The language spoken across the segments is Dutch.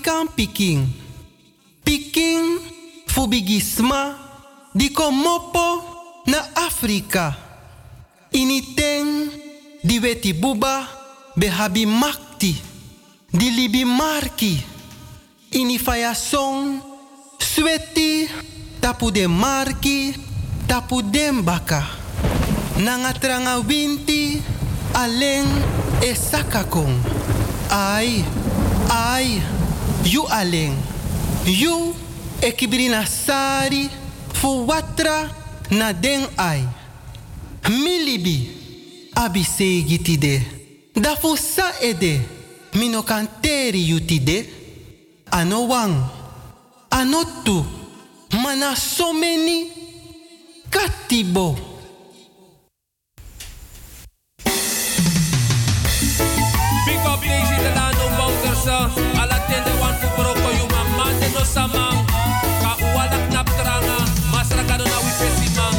Afrikaan Peking. Peking fubigisma di komopo na Afrika. Initeng di weti buba behabi makti. Di libi marki. Ini faya song sweti tapu de marki tapu den baka. Nanga tranga winti aleng e sakakong. Ai, you aleng. You ekibrina sari fu watra na den ai. Milibi abisegi tide. Da fu sa ede mino kanteri yutide. Ano wang, ano tu, mana so many katibo. Big up deze de Lando Wouters. Ala tende wan fu broko yu mama de no samang. Ka uwala knap tranga, masra kado na wi pesimang.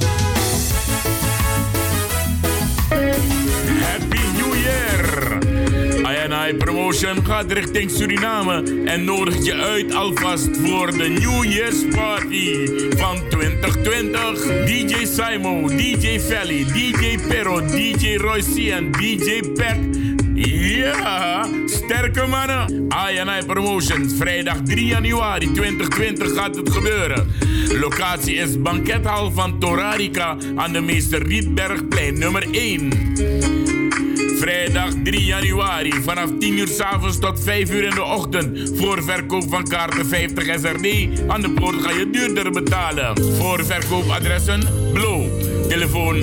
Happy New Year! I Promotion gaat richting Suriname en nodigt je uit alvast voor de New Year's Party van 2020. DJ Simon, DJ Felly, DJ Pero, DJ Royce en DJ Peck. Ja, sterke mannen. I Promotions, vrijdag 3 januari 2020 gaat het gebeuren. Locatie is Bankethal van Torarica aan de Meester Rietbergplein nummer 1. Vrijdag 3 januari vanaf 10 uur 's avonds tot 5 uur in de ochtend. Voor verkoop van kaarten 50 SRD. Aan de poort ga je duurder betalen. Voor verkoopadressen Blow. Telefoon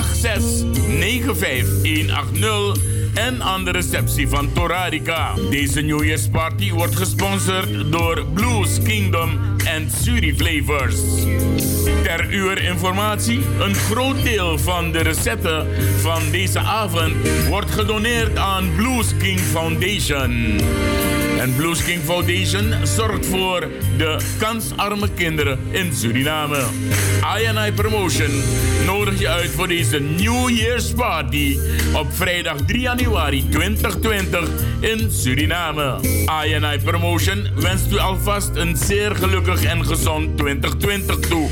8695180. En aan de receptie van Torarica. Deze New Year's Party wordt gesponsord door Blues Kingdom en Suri Flavors. Ter uw informatie, een groot deel van de recetten van deze avond wordt gedoneerd aan Blues King Foundation. En Blues King Foundation zorgt voor de kansarme kinderen in Suriname. I Promotion nodig je uit voor deze New Year's Party op vrijdag 3 januari 2020 in Suriname. I Promotion wenst u alvast een zeer gelukkig en gezond 2020 toe.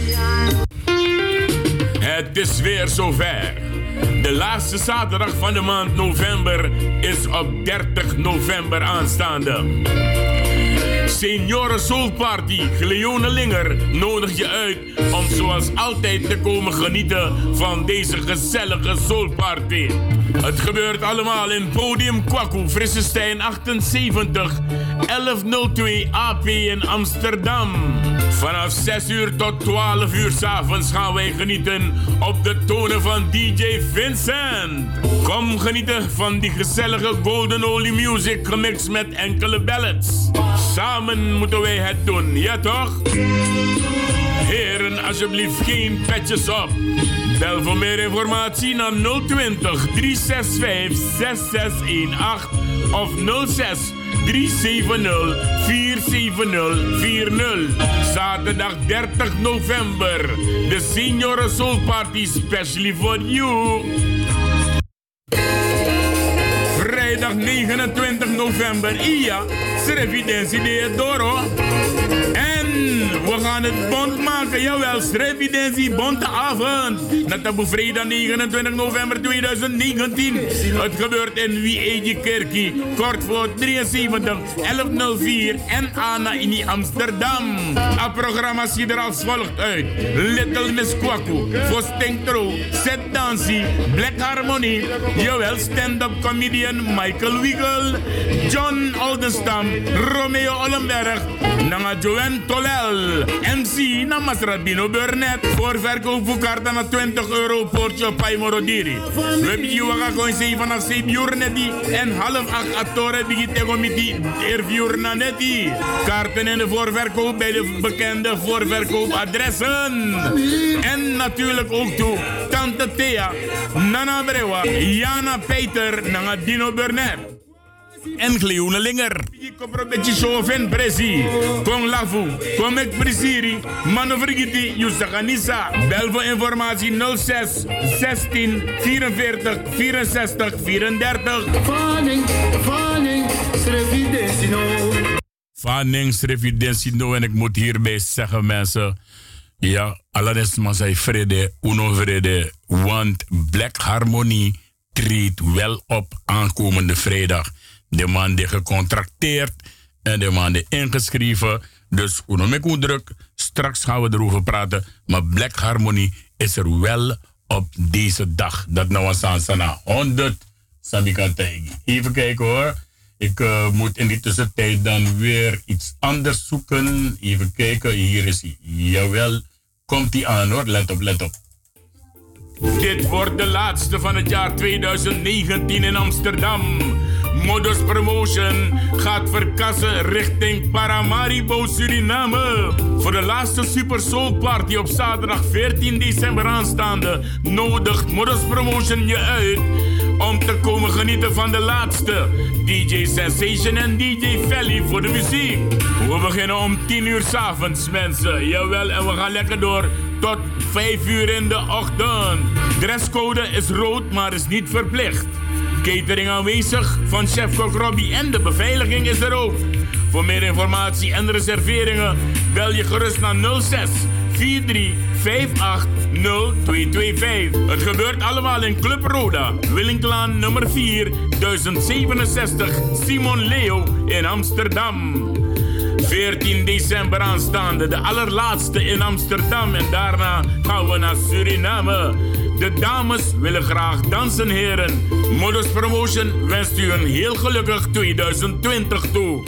Het is weer zover. De laatste zaterdag van de maand november is op 30 november aanstaande. Senioren Soul Party Gleone Linger nodig je uit om zoals altijd te komen genieten van deze gezellige Soul Party. Het gebeurt allemaal in Podium Kwaku, Frissestein 78, 1102 AP in Amsterdam. Vanaf 6 uur tot 12 uur 's avonds gaan wij genieten op de tonen van DJ Vincent. Kom genieten van die gezellige Golden Olie Music gemixt met enkele ballads. Samen moeten wij het doen, ja toch? Heren, alsjeblieft geen petjes op. Bel voor meer informatie naar 020 365 6618 of 06 370 47040. Zaterdag 30 november. De Senioren Soul Party specially for you. Vrijdag 29 november. Iya, Srevidentie de Doro. En we gaan het bond maken, jawel, Srevidentie bonteavond. Dat op vrijdag 29 november 2019. Het gebeurt in Wie Kerkie, kort voor 73, 1104 en Anna in Amsterdam. Het programma ziet er als volgt uit. Little Miss Kwaku, Vostentro, Set Dancy, Black Harmony, jawel, stand-up comedian Michael Wiggle, John Oldenstam, Romeo Ollenberg, Nanga Joanne Tolel, MC Namas Rabino Burnett, voor verkoop voor kaarten naar €20 portje Paimorodiri. We hebben je gewoon 7 vanaf 7 uur netti en half 8 actoren digitego met die ervier na netti. Kaarten in de voorverkoop bij de bekende voorverkoopadressen. En natuurlijk ook toe Tante Thea, Nana Brewa, Jana Peter, Nanga Dino Burnett. En Gleone Linger. Kom een beetje zo van Brezi. Kom Lafu. Kom ik Bresiri. Manovrigiti. Yusakanisa. Bel voor informatie 06 16 44 64 34. Fanning, Srevidentie. van Nings Revidentie no. En ik moet hierbij zeggen, mensen. Ja, alles maar zij vrede, uno vrede. Want Black Harmony treedt wel op aankomende vrijdag. De man die gecontracteerd en de man die ingeschreven. Dus uno met druk. Straks gaan we erover praten. Maar Black Harmony is er wel op deze dag. Dat nou was aan 100 Sabikantegi. Even kijken hoor. Ik moet in die tussentijd dan weer iets anders zoeken. Even kijken, hier is hij. Jawel, komt hij aan hoor. Let op, let op. Dit wordt de laatste van het jaar 2019 in Amsterdam. Modus Promotion gaat verkassen richting Paramaribo, Suriname. Voor de laatste Super Soul Party op zaterdag 14 december aanstaande nodigt Modus Promotion je uit om te komen genieten van de laatste DJ Sensation en DJ Felly voor de muziek. We beginnen om 10 uur 's avonds, mensen. Jawel, en we gaan lekker door tot 5 uur in de ochtend. Dresscode is rood, maar is niet verplicht. Catering aanwezig van chef-kok Robbie en de beveiliging is er ook. Voor meer informatie en reserveringen bel je gerust naar 06 43 58 0225. Het gebeurt allemaal in Club Roda, Willinglaan nummer 4, 1067 Simon Leo in Amsterdam. 14 december aanstaande, de allerlaatste in Amsterdam. En daarna gaan we naar Suriname. De dames willen graag dansen, heren. Modus Promotion wenst u een heel gelukkig 2020 toe.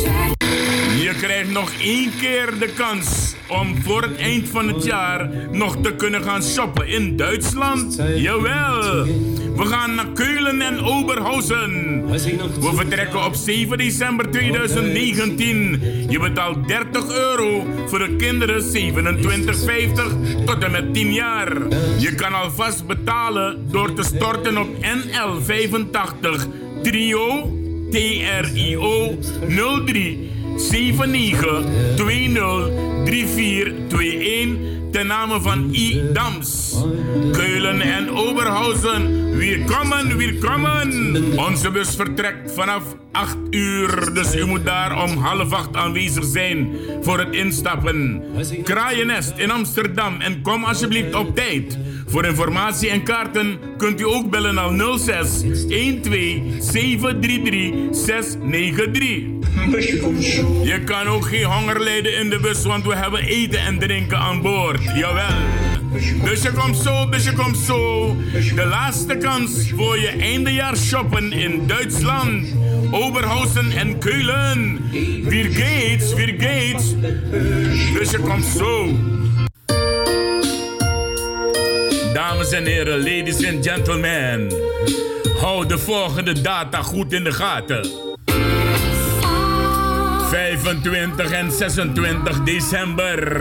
Je krijgt nog 1 keer de kans om voor het eind van het jaar nog te kunnen gaan shoppen in Duitsland. Jawel! We gaan naar Keulen en Oberhausen. We vertrekken op 7 december 2019. Je betaalt €30 voor de kinderen 27,50 tot en met 10 jaar. Je kan alvast betalen door te storten op NL85 Trio TRIO 03 79203421 ten name van I. Dams. Keulen en Oberhausen, welkom. Onze bus vertrekt vanaf 8 uur, dus u moet daar om 7:30 aanwezig zijn voor het instappen. Kraaiennest in Amsterdam en kom alsjeblieft op tijd. Voor informatie en kaarten kunt u ook bellen naar 06 12 733 693. Je kan ook geen honger lijden in de bus, want we hebben eten en drinken aan boord. Jawel. Busje komt zo. De laatste kans voor je eindejaars shoppen in Duitsland. Oberhausen en Keulen. Weer geht's. Busje komt zo. Dames en heren, ladies and gentlemen. Hou de volgende data goed in de gaten. 25 en 26 december.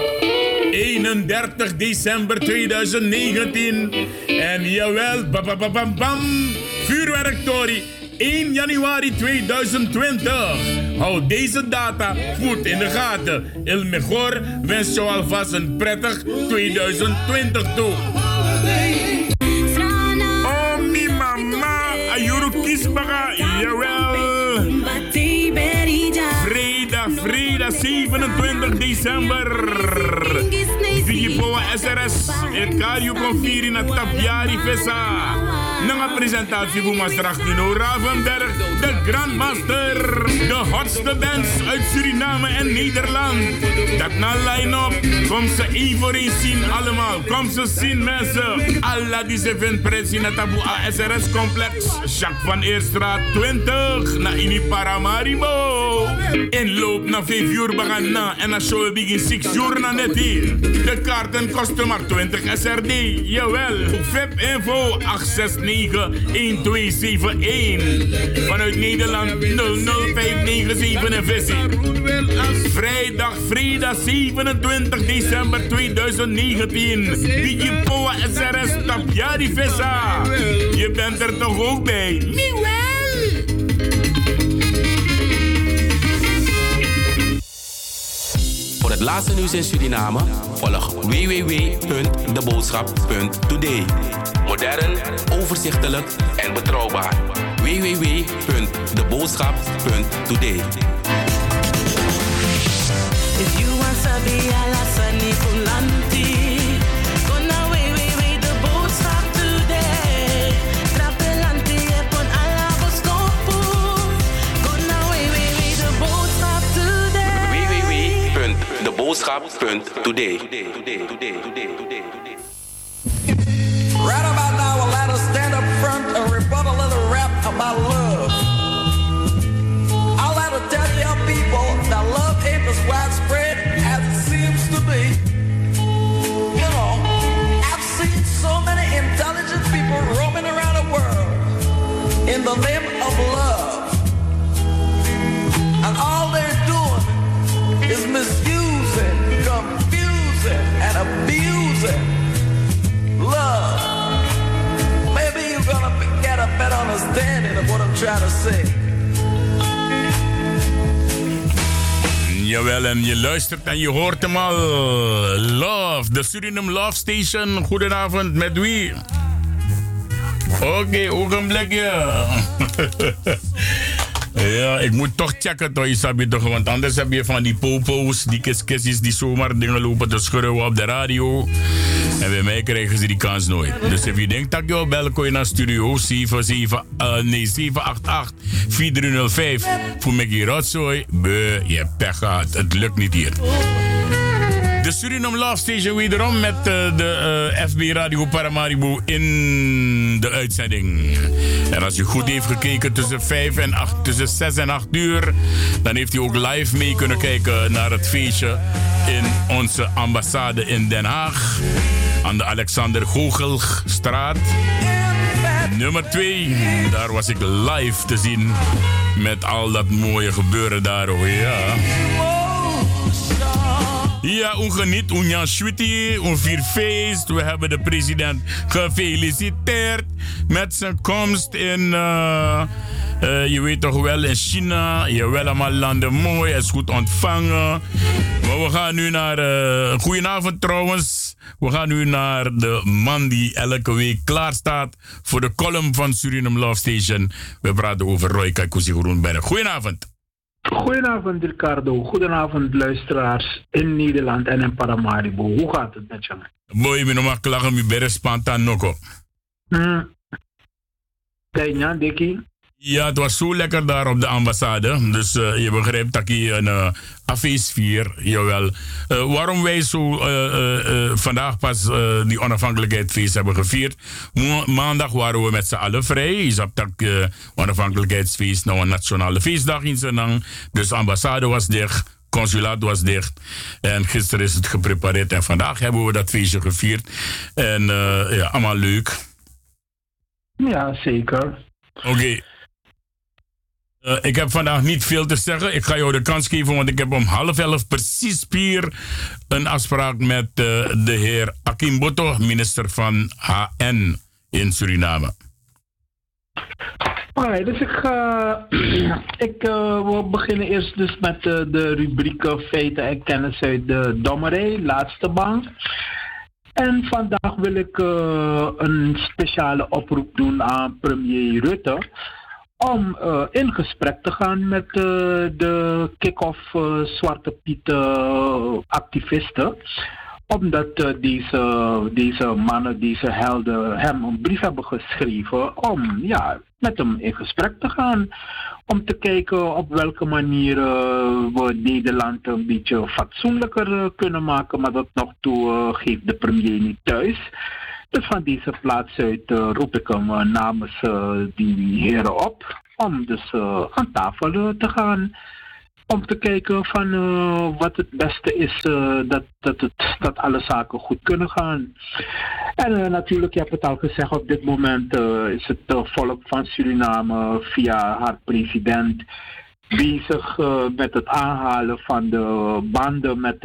31 december 2019. En jawel, bam, vuurwerktory 1 januari 2020. Hou deze data goed in de gaten. El Mejor wens jou alvast een prettig 2020 toe. Oh, mi mama, ayuru kisbaga, jawel. Vrijdag 27 december. Vigipoa SRS. Het Kario Confiri na Tapjari Vesa. Nanga presentatie voor Maastricht Dino Ravenberg. De Grandmaster. De hotste bands uit Suriname en Nederland. Dat na line-up. Kom ze één voor één zien allemaal. Kom ze zien mensen. Allah die ze vindt prijs in het Taboe ASRS complex. Jacques van Eerstraat 20. Na Ini Paramaribo. Inloop na 5 uur bagan na. En na show begin 6 uur na net hier. De kaarten kosten maar 20 SRD. Jawel. VIP info 869-1271. Vanuit Nederland 00597 en visie. Vrijdag 27 december 2019. Vigipoa SRS Tapjari Vesa. Je bent er toch ook bij? Niet wel? Voor het laatste nieuws in Suriname volg www.deboodschap.today. Modern, overzichtelijk en betrouwbaar. www.deboodschap.today. If you want sabi alasani kulanti. Gonna wait, the boat stop today. Trapelanti epon alabo stopu. Gonna wait, the boat stop today. www.deboodschap.today. Right about now, we'll let us stand up front and rebut a little rap about love. I'll let her tell you people that love ain't as widespread as it seems to be. You know, I've seen so many intelligent people roaming around the world in the name of love. And all they're doing is misusing, confusing, and abusing love. Maybe you're gonna get a better understanding of what I'm trying to say. Jawel, en je luistert en je hoort hem al. Love, de Suriname Love Station. Goedenavond, met wie? Oké, ogenblikje. Ja, ik moet toch checken toch, Isabi, toch, want anders heb je van die popo's, die kiskisjes die zomaar dingen lopen te schreeuwen op de radio. En bij mij krijgen ze die kans nooit. Dus als je denkt dat je wil bellen, kun je naar studio 788-4305 voor Mickey Rotzooi. Je hebt pech gehad, het lukt niet hier. De Suriname Love Station wederom met de FB Radio Paramaribo in de uitzending. En als u goed heeft gekeken tussen 6 en 8 uur, dan heeft u ook live mee kunnen kijken naar het feestje in onze ambassade in Den Haag. Aan de Alexander Goochelstraat. Nummer 2, daar was ik live te zien met al dat mooie gebeuren daar. Oh ja. Ja, ongeniet, onjan Schwitty, onvier feest. We hebben de president gefeliciteerd met zijn komst in, je weet toch wel, in China. Jawel, allemaal landen mooi, hij is goed ontvangen. Maar we gaan nu naar, goedenavond trouwens. We gaan nu naar de man die elke week klaar staat voor de column van Suriname Love Station. We praten over Roy Kaikusi Groenberg. Goedenavond. Goedenavond Ricardo, goedenavond luisteraars in Nederland en in Paramaribo. Hoe gaat het met je? Mooi, me nog klagen, me bere spantaan noko. Tijna, Dikkie? Ja, het was zo lekker daar op de ambassade. Dus je begrijpt dat je een feestvier, jawel. Waarom wij zo vandaag pas die onafhankelijkheidsfeest hebben gevierd. Maandag waren we met z'n allen vrij. Je zag dat onafhankelijkheidsfeest nou een nationale feestdag in Senang. Dus de ambassade was dicht. Consulaat was dicht. En gisteren is het geprepareerd. En vandaag hebben we dat feestje gevierd. En ja, allemaal leuk. Ja, zeker. Oké. Ik heb vandaag niet veel te zeggen. Ik ga jou de kans geven, want ik heb om 10:30 precies hier een afspraak met de heer Akim Botto, minister van HN in Suriname. Alright, dus we beginnen eerst dus met de rubrieken feiten en kennis uit de dommerij, laatste bank. En vandaag wil ik een speciale oproep doen aan premier Rutte om in gesprek te gaan met de kick-off Zwarte Piet activisten. Omdat deze mannen, deze helden hem een brief hebben geschreven om met hem in gesprek te gaan. Om te kijken op welke manier we Nederland een beetje fatsoenlijker kunnen maken. Maar dat nog toe geeft de premier niet thuis. Dus van deze plaats uit roep ik hem namens die heren op. Om dus aan tafel te gaan. Om te kijken van wat het beste is, dat alle zaken goed kunnen gaan. En natuurlijk, je hebt het al gezegd, op dit moment is het volk van Suriname via haar president bezig met het aanhalen van de banden met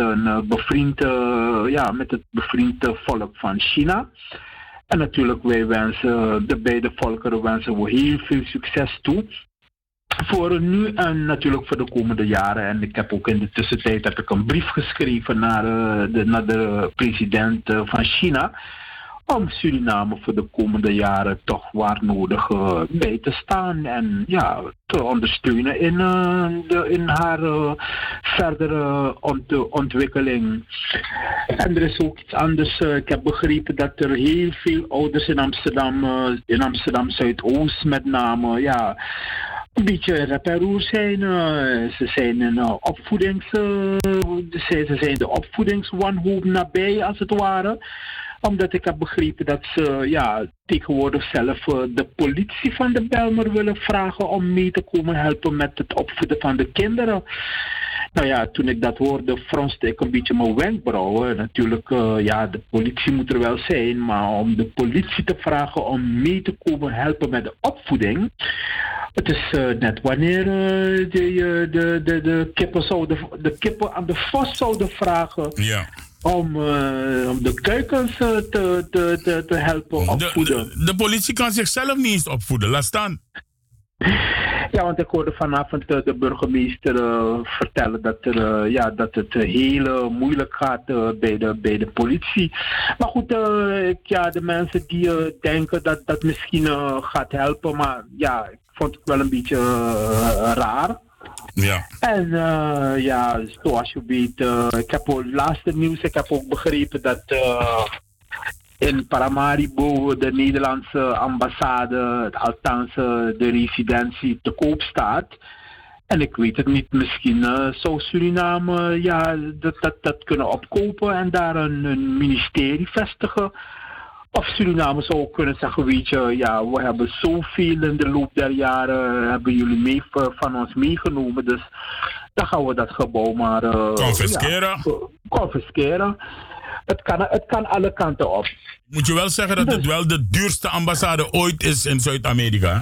met het bevriende volk van China. En natuurlijk, wij wensen de beide volkeren wensen we heel veel succes toe. Voor nu en natuurlijk voor de komende jaren. En ik heb ook in de tussentijd een brief geschreven naar de president van China. om Suriname voor de komende jaren toch waar nodig bij te staan en ja, te ondersteunen in haar verdere ontwikkeling. En er is ook iets anders. Ik heb begrepen dat er heel veel ouders in Amsterdam Zuidoost met name, ja, een beetje rep en roer zijn. Ze zijn ze zijn de opvoedingswanhoop nabij, als het ware. Omdat ik heb begrepen dat ze ja, tegenwoordig zelf de politie van de Bijlmer willen vragen om mee te komen helpen met het opvoeden van de kinderen. Nou ja, toen ik dat hoorde, fronste ik een beetje mijn wenkbrauwen. Natuurlijk, ja, de politie moet er wel zijn, maar om de politie te vragen om mee te komen helpen met de opvoeding. Het is net wanneer de kippen aan de vos zouden vragen. Ja. Om de kuikens te helpen opvoeden. De politie kan zichzelf niet eens opvoeden, laat staan. Ja, want ik hoorde vanavond de burgemeester vertellen dat het heel moeilijk gaat bij de politie. Maar goed, de mensen die denken dat dat misschien gaat helpen, maar ja, ik vond het wel een beetje raar. Ja. En zoals je weet, ik heb ook laatste nieuws, ik heb ook begrepen dat in Paramaribo de Nederlandse ambassade, althans de residentie, te koop staat. En ik weet het niet, misschien zou Suriname dat kunnen opkopen en daar een ministerie vestigen. Of Suriname zou kunnen zeggen, weet je, ja, we hebben zoveel in de loop der jaren, hebben jullie van ons meegenomen, dus dan gaan we dat gebouw maar confisceren. Het kan alle kanten op. Moet je wel zeggen dat het wel de duurste ambassade ooit is in Zuid-Amerika?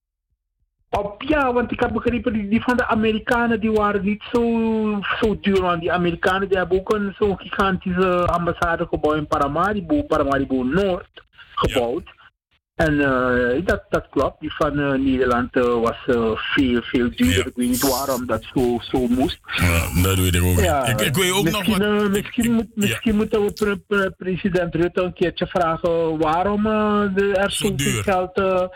Ja, want ik heb begrepen, die van de Amerikanen die waren niet zo duur. Want die Amerikanen die hebben ook zo'n gigantische ambassade gebouwd in Paramaribo Noord gebouwd. Ja. En dat klopt, die van Nederland was veel duurder. Ja. Ik weet niet waarom dat zo moest. Ja, dat weet ik ook. Ja, ik weet ook nog wat... Misschien moeten we president Rutte een keertje vragen waarom er zoveel geld,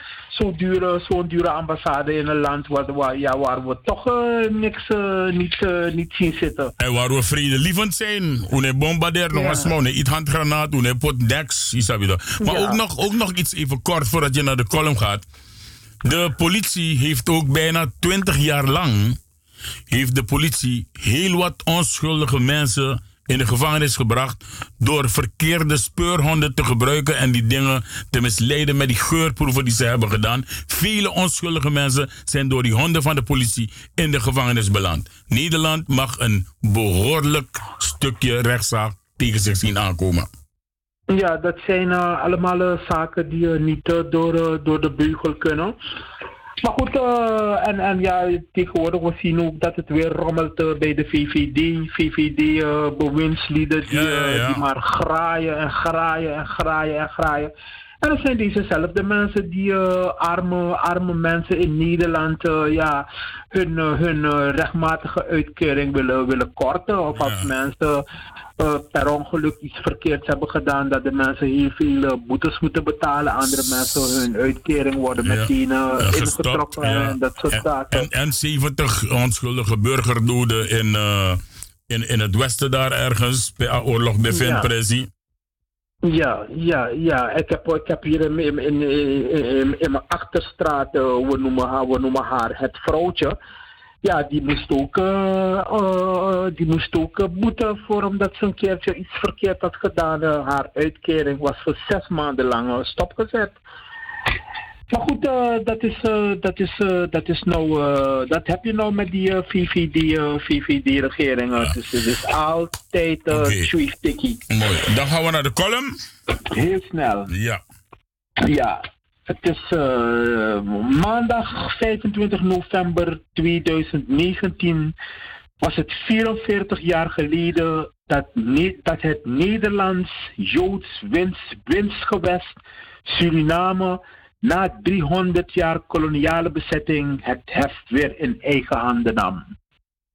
zo'n dure ambassade in een land waar we toch niks niet zien zitten. En waar we vredelievend zijn. Hoe bombardeer nog eens, hoe iets handgranaat, hoe pot niks, maar ook nog iets even kort voordat je naar de column gaat. De politie heeft ook bijna 20 jaar lang heel wat onschuldige mensen in de gevangenis gebracht door verkeerde speurhonden te gebruiken en die dingen te misleiden met die geurproeven die ze hebben gedaan. Vele onschuldige mensen zijn door die honden van de politie in de gevangenis beland. Nederland mag een behoorlijk stukje rechtszaak tegen zich zien aankomen. Ja, dat zijn allemaal zaken die niet door de beugel kunnen. Maar goed, tegenwoordig we zien ook dat het weer rommelt bij de VVD-bewindslieden die maar graaien. En dat zijn dezezelfde mensen die arme mensen in Nederland hun rechtmatige uitkering willen korten. Of als mensen per ongeluk iets verkeerds hebben gedaan, dat de mensen heel veel boetes moeten betalen. Andere mensen hun uitkering worden meteen ingetrokken en dat soort zaken. En 70 onschuldige burgerdoden in het westen daar ergens, bij oorlog bij Vin-Presi. Ja. Ik heb hier in mijn achterstraat, we noemen haar het vrouwtje. Ja, die moest ook boeten voor omdat ze een keertje iets verkeerd had gedaan. Haar uitkering was voor 6 maanden lang stopgezet. Maar goed, dat heb je nou met die VVD-regering. Ja. Dus het is altijd tjoeiftikkie. Mooi. Dan gaan we naar de column. Heel snel. Ja. Het is maandag 25 november 2019 was het 44 jaar geleden dat het Nederlands-Joods winstgewest Suriname na 300 jaar koloniale bezetting het heft weer in eigen handen nam.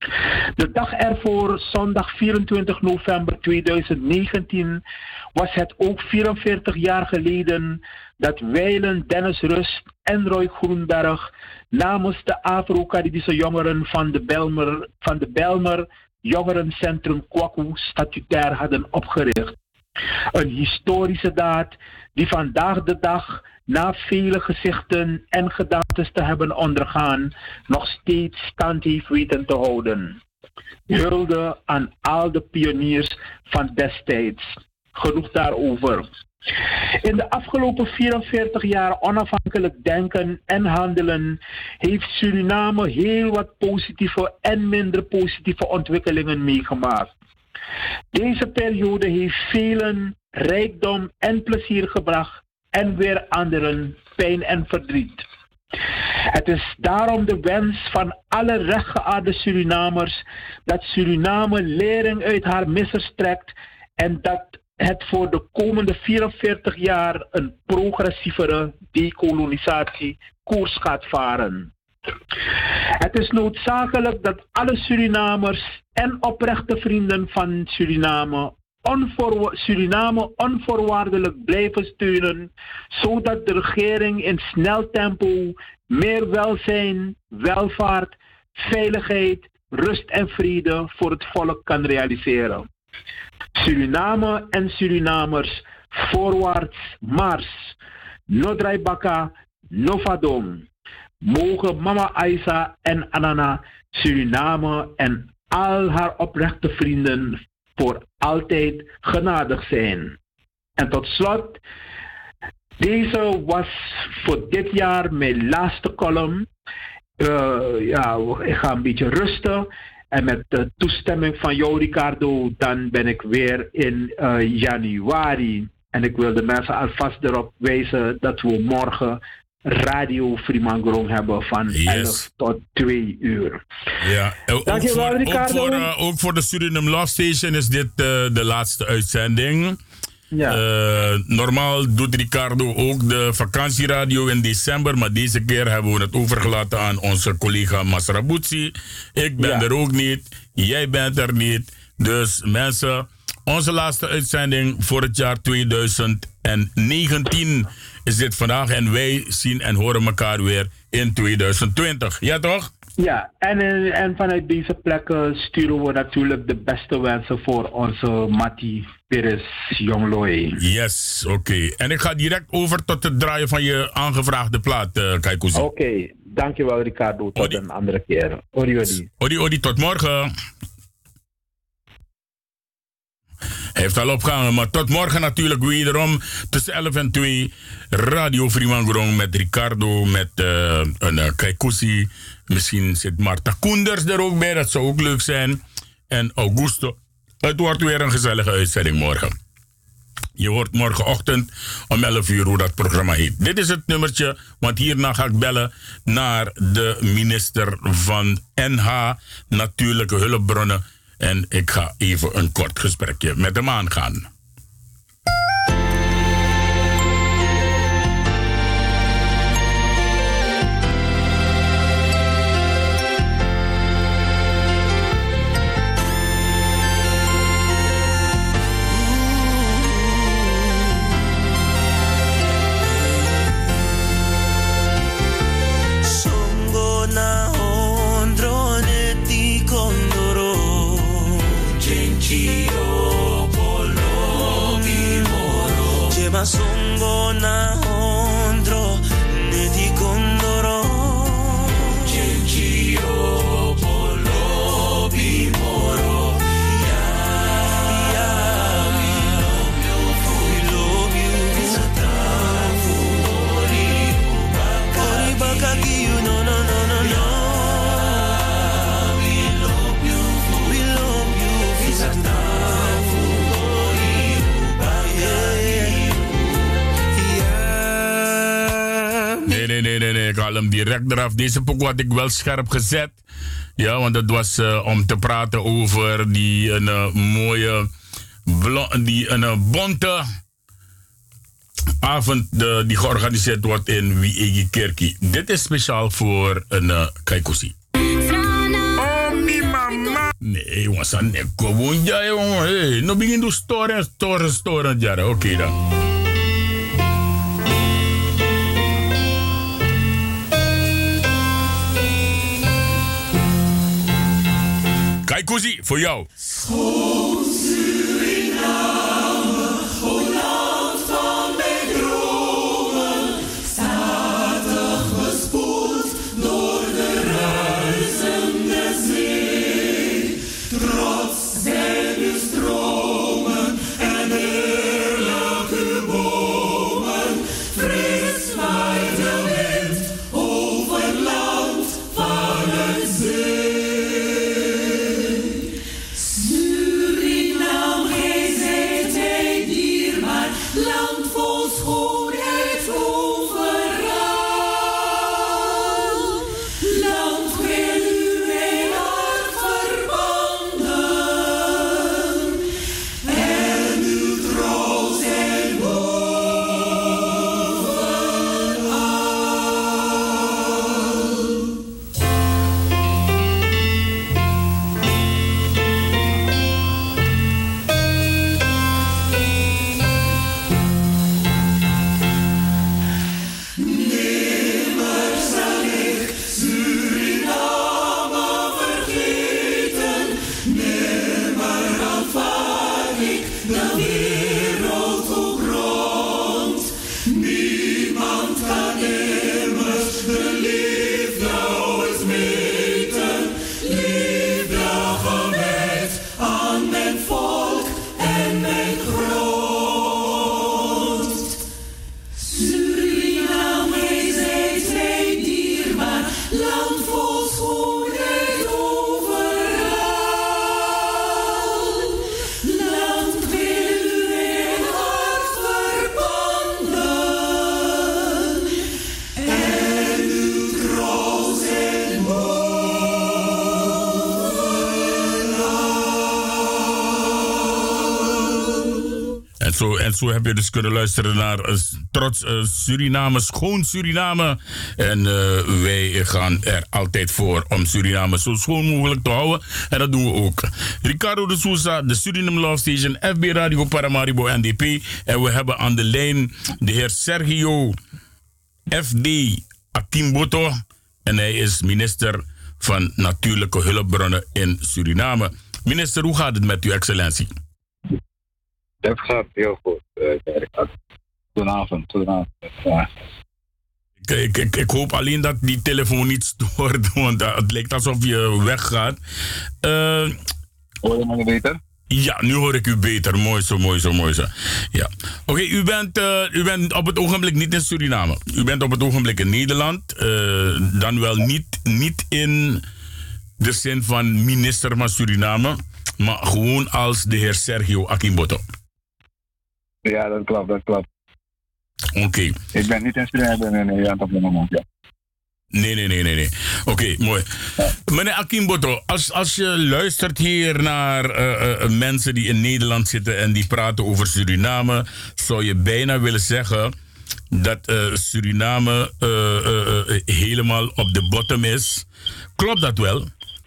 De dag ervoor, zondag 24 november 2019, was het ook 44 jaar geleden dat wijlen Dennis Rust en Roy Groenberg namens de Afro-Caribische jongeren van de Bijlmer Jongerencentrum Kwaku statutair hadden opgericht. Een historische daad die vandaag de dag, na vele gezichten en gedaantes te hebben ondergaan, nog steeds stand heeft weten te houden. Hulde aan al de pioniers van destijds. Genoeg daarover. In de afgelopen 44 jaar onafhankelijk denken en handelen heeft Suriname heel wat positieve en minder positieve ontwikkelingen meegemaakt. Deze periode heeft velen rijkdom en plezier gebracht en weer anderen pijn en verdriet. Het is daarom de wens van alle rechtgeaarde Surinamers dat Suriname lering uit haar missers trekt en dat het voor de komende 44 jaar een progressievere dekolonisatie-koers gaat varen. Het is noodzakelijk dat alle Surinamers en oprechte vrienden van Suriname onvoorwaardelijk blijven steunen, zodat de regering in snel tempo meer welzijn, welvaart, veiligheid, rust en vrede voor het volk kan realiseren. Suriname en Surinamers, voorwaarts mars. No drai baka, no vadom. Mogen mama Aisa en Anana Suriname en al haar oprechte vrienden voor altijd genadig zijn. En tot slot, deze was voor dit jaar mijn laatste column. Ik ga een beetje rusten. En met de toestemming van jou, Ricardo, dan ben ik weer in januari. En ik wil de mensen alvast erop wijzen dat we morgen Radio Fremangrom hebben van 11 tot 2 uur. Ja, dankjewel, Ricardo. Ook voor de Suriname Love Station is dit de laatste uitzending. Ja. Normaal doet Ricardo ook de vakantieradio in december, maar deze keer hebben we het overgelaten aan onze collega Masraboutsi. Ik ben er ook niet, jij bent er niet. Dus mensen, onze laatste uitzending voor het jaar 2019 is dit vandaag en wij zien en horen elkaar weer in 2020. Ja toch? Ja, en vanuit deze plekken sturen we natuurlijk de beste wensen voor onze Matti Pires Jongloy. Yes, oké. En ik ga direct over tot het draaien van je aangevraagde plaat, Kaikousi. Oké, dankjewel Ricardo. Tot een andere keer. Odi, tot morgen. Hij heeft al opgehangen, maar tot morgen natuurlijk wederom tussen 11 en 2 Radio Fremangrom met Ricardo, met een Kaikousi. Misschien zit Marta Koenders er ook bij, dat zou ook leuk zijn. En Augusto. Het wordt weer een gezellige uitzending morgen. Je hoort morgenochtend om 11 uur hoe dat programma heet. Dit is het nummertje, want hierna ga ik bellen naar de minister van NH, Natuurlijke Hulpbronnen. En ik ga even een kort gesprekje met hem aangaan. Songo na ondro neti kondoro Chenchio polo bimoro ya we love you Satafu Ori bakaki you no we love you Satafu Nee, ik haal hem direct eraf. Deze pokoe had ik wel scherp gezet. Ja, want het was om te praten over die mooie, bonte avond die georganiseerd wordt in Wiegi Kerkie. Dit is speciaal voor een Kaikousi. Oh, mi mama. Nee, jongens, aan nek gewoon ja, jongen. Hey, no begin to storen, jaren. Oké dan. Kijk, Koezie, voor jou. En zo heb je dus kunnen luisteren naar Trots Suriname, Schoon Suriname. En wij gaan er altijd voor om Suriname zo schoon mogelijk te houden. En dat doen we ook. Ricardo de Souza, de Suriname Love Station, FB Radio Paramaribo NDP. En we hebben aan de lijn de heer Sergio FD Akimboto. En hij is minister van Natuurlijke Hulpbronnen in Suriname. Minister, hoe gaat het met uw excellentie? Het gaat heel goed. Goedenavond. Ja. Ik hoop alleen dat die telefoon niet stoort, want het lijkt alsof je weggaat. Hoor je me beter? Ja, nu hoor ik u beter. Mooi zo. Ja. Oké, u bent op het ogenblik niet in Suriname. U bent op het ogenblik in Nederland. Dan wel niet in de zin van minister van Suriname, maar gewoon als de heer Sergio Akimboto. Ja, dat klopt. Oké. Ik ben niet in Suriname in Nederland op dit moment, ja. Nee. Oké, mooi. Ja. Meneer Akimboto, als je luistert hier naar mensen die in Nederland zitten en die praten over Suriname, zou je bijna willen zeggen dat Suriname helemaal op de bottom is. Klopt dat wel?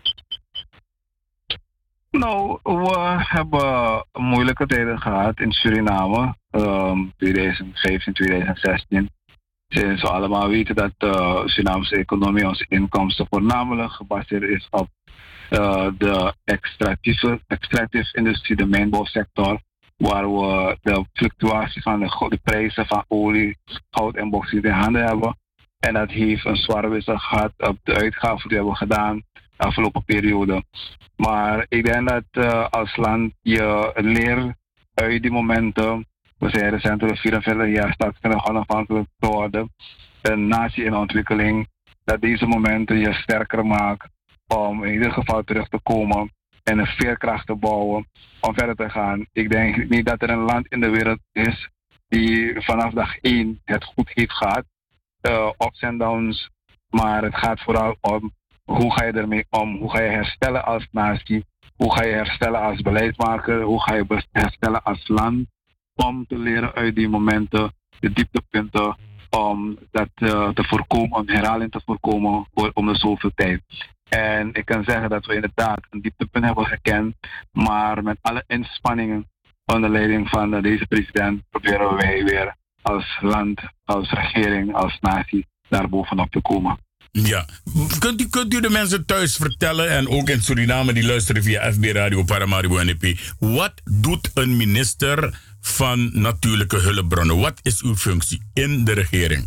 Nou, we hebben moeilijke tijden gehad in Suriname, 2015, 2016. Sinds we allemaal weten dat de Surinaamse economie, onze inkomsten voornamelijk gebaseerd is op de extractieve industrie, de mijnbouwsector, waar we de fluctuatie van de prijzen van olie, goud en bauxiet in handen hebben. En dat heeft een zware wissel gehad op de uitgaven die we hebben gedaan de afgelopen periode. Maar ik denk dat als land je leert uit die momenten. We zijn recentelijk 44 jaar staatskundig onafhankelijk geworden. Een natie in ontwikkeling. Dat deze momenten je sterker maakt om in ieder geval terug te komen en een veerkracht te bouwen om verder te gaan. Ik denk niet dat er een land in de wereld is die vanaf dag 1 het goed heeft gehad. Ups en downs. Maar het gaat vooral om hoe ga je ermee om? Hoe ga je herstellen als natie? Hoe ga je herstellen als beleidsmaker? Hoe ga je herstellen als land? Om te leren uit die momenten, de dieptepunten, om dat te voorkomen, om herhaling te voorkomen om de zoveel tijd. En ik kan zeggen dat we inderdaad een dieptepunt hebben gekend. Maar met alle inspanningen onder leiding van deze president proberen wij weer als land, als regering, als natie daar bovenop te komen. Ja, kunt u de mensen thuis vertellen en ook in Suriname die luisteren via FB Radio Paramaribo NEP. Wat doet een minister van natuurlijke hulpbronnen? Wat is uw functie in de regering?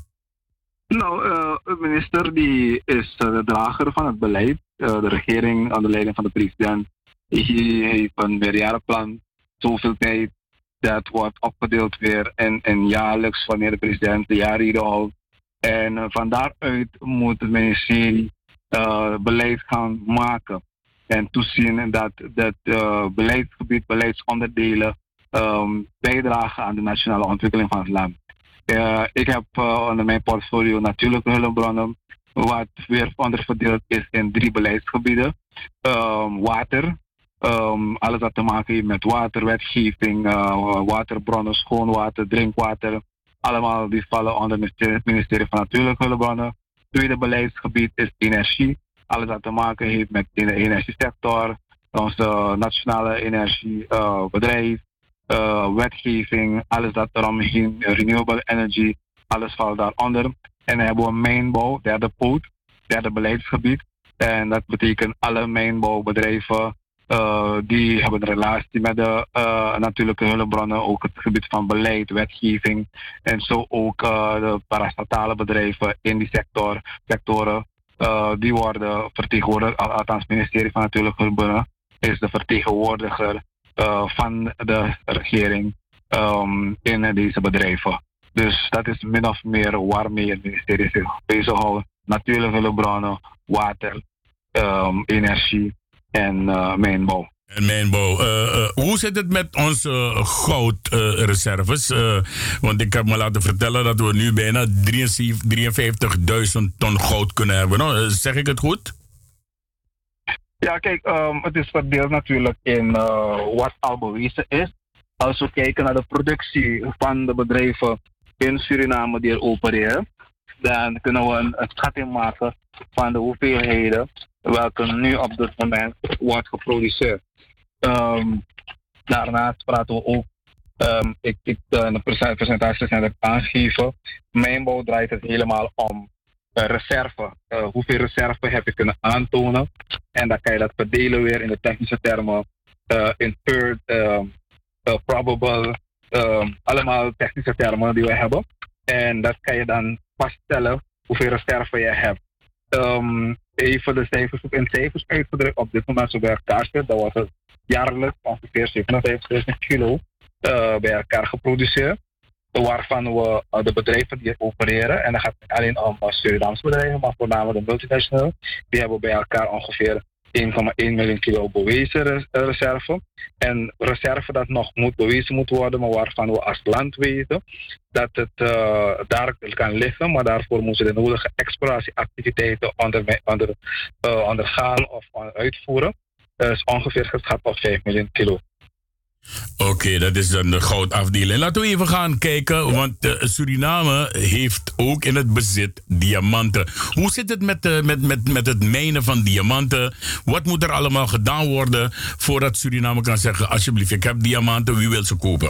Nou, een minister die is de drager van het beleid. De regering onder leiding van de president die heeft een meerjarenplan. Zoveel tijd dat wordt opgedeeld weer en jaarlijks wanneer de president de jaarreden houdt. En van daaruit moet het ministerie beleid gaan maken. En toezien dat beleidsgebied, beleidsonderdelen bijdragen aan de nationale ontwikkeling van het land. Ik heb onder mijn portfolio natuurlijke hulpbronnen, wat weer onderverdeeld is in 3 beleidsgebieden. Water, alles wat te maken heeft met waterwetgeving, waterbronnen, schoon water, drinkwater. Allemaal die vallen onder het ministerie van Natuurlijke Hulpbronnen. Tweede beleidsgebied is energie. Alles wat te maken heeft met de energiesector, onze nationale energiebedrijf, wetgeving, alles dat eromheen, renewable energy, alles valt daaronder. En dan hebben we mijnbouw, derde poot, derde beleidsgebied. En dat betekent alle mijnbouwbedrijven die hebben een relatie met de natuurlijke hulpbronnen, ook het gebied van beleid, wetgeving en zo ook de parastatale bedrijven in die sectoren, die worden vertegenwoordigd, althans het ministerie van Natuurlijke Hulpbronnen is de vertegenwoordiger van de regering in deze bedrijven. Dus dat is min of meer waarmee het ministerie zich bezighoudt. Natuurlijke hulpbronnen, water, energie en mijnbouw. En mijnbouw. Hoe zit het met onze goudreserves? Want ik heb me laten vertellen dat we nu bijna 53.000 ton goud kunnen hebben. No? Zeg ik het goed? Ja, kijk, het is verdeeld natuurlijk in wat al bewezen is. Als we kijken naar de productie van de bedrijven in Suriname die er opereren, dan kunnen we een schatting maken van de hoeveelheden welke nu op dit moment wordt geproduceerd. Daarnaast praten we ook, de percentages zijn er aangegeven. Mijnbouw draait het helemaal om reserve. Hoeveel reserve heb je kunnen aantonen? En dan kan je dat verdelen weer in de technische termen. Inferred, probable, allemaal technische termen die we hebben. En dat kan je dan vaststellen hoeveel reserve je hebt. Even de cijfers in cijfers uitgedrukt op dit moment zo bij elkaar zit. Dat wordt het jaarlijks ongeveer 57.000 kilo bij elkaar geproduceerd. Waarvan we de bedrijven die opereren, en dat gaat niet alleen om Surinaamse bedrijven, maar voornamelijk de multinational, die hebben bij elkaar ongeveer 1,1 miljoen kilo bewezen reserve. En reserve dat nog bewezen moet worden, maar waarvan we als land weten dat het daar kan liggen, maar daarvoor moeten we de nodige exploratieactiviteiten ondergaan of uitvoeren. Dat is ongeveer geschat op 5 miljoen kilo. Oké, dat is dan de goudafdeling. Laten we even gaan kijken, want Suriname heeft ook in het bezit diamanten. Hoe zit het met het mijnen van diamanten? Wat moet er allemaal gedaan worden voordat Suriname kan zeggen, alsjeblieft, ik heb diamanten, wie wil ze kopen?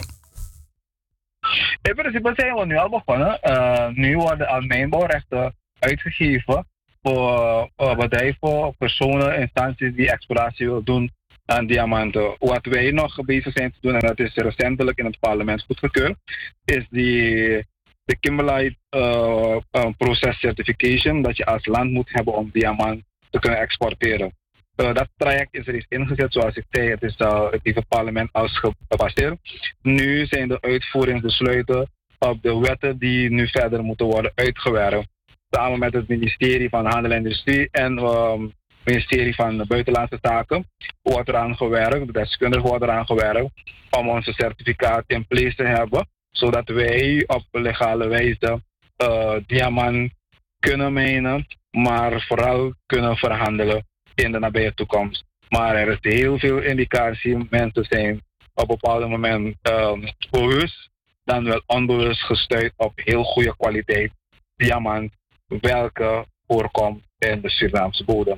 In principe zijn we nu al begonnen. Nu worden al mijnbouwrechten uitgegeven voor bedrijven, personen, instanties die exploratie willen doen aan diamanten. Wat wij nog bezig zijn te doen, en dat is recentelijk in het parlement goedgekeurd, is de Kimberlite Process Certification, dat je als land moet hebben om diamant te kunnen exporteren. Dat traject is er eens ingezet, zoals ik zei, het heeft het parlement als gepasseerd. Nu zijn de uitvoeringsbesluiten op de wetten die nu verder moeten worden uitgewerkt. Samen met het ministerie van Handel en Industrie en ministerie van Buitenlandse Zaken wordt eraan gewerkt, de deskundigen worden eraan gewerkt, om onze certificaat in place te hebben, zodat wij op legale wijze diamant kunnen mijnen, maar vooral kunnen verhandelen in de nabije toekomst. Maar er is heel veel indicatie, mensen zijn op een bepaald moment bewust, dan wel onbewust gestuurd op heel goede kwaliteit diamant, welke voorkomt in de Surinaamse bodem.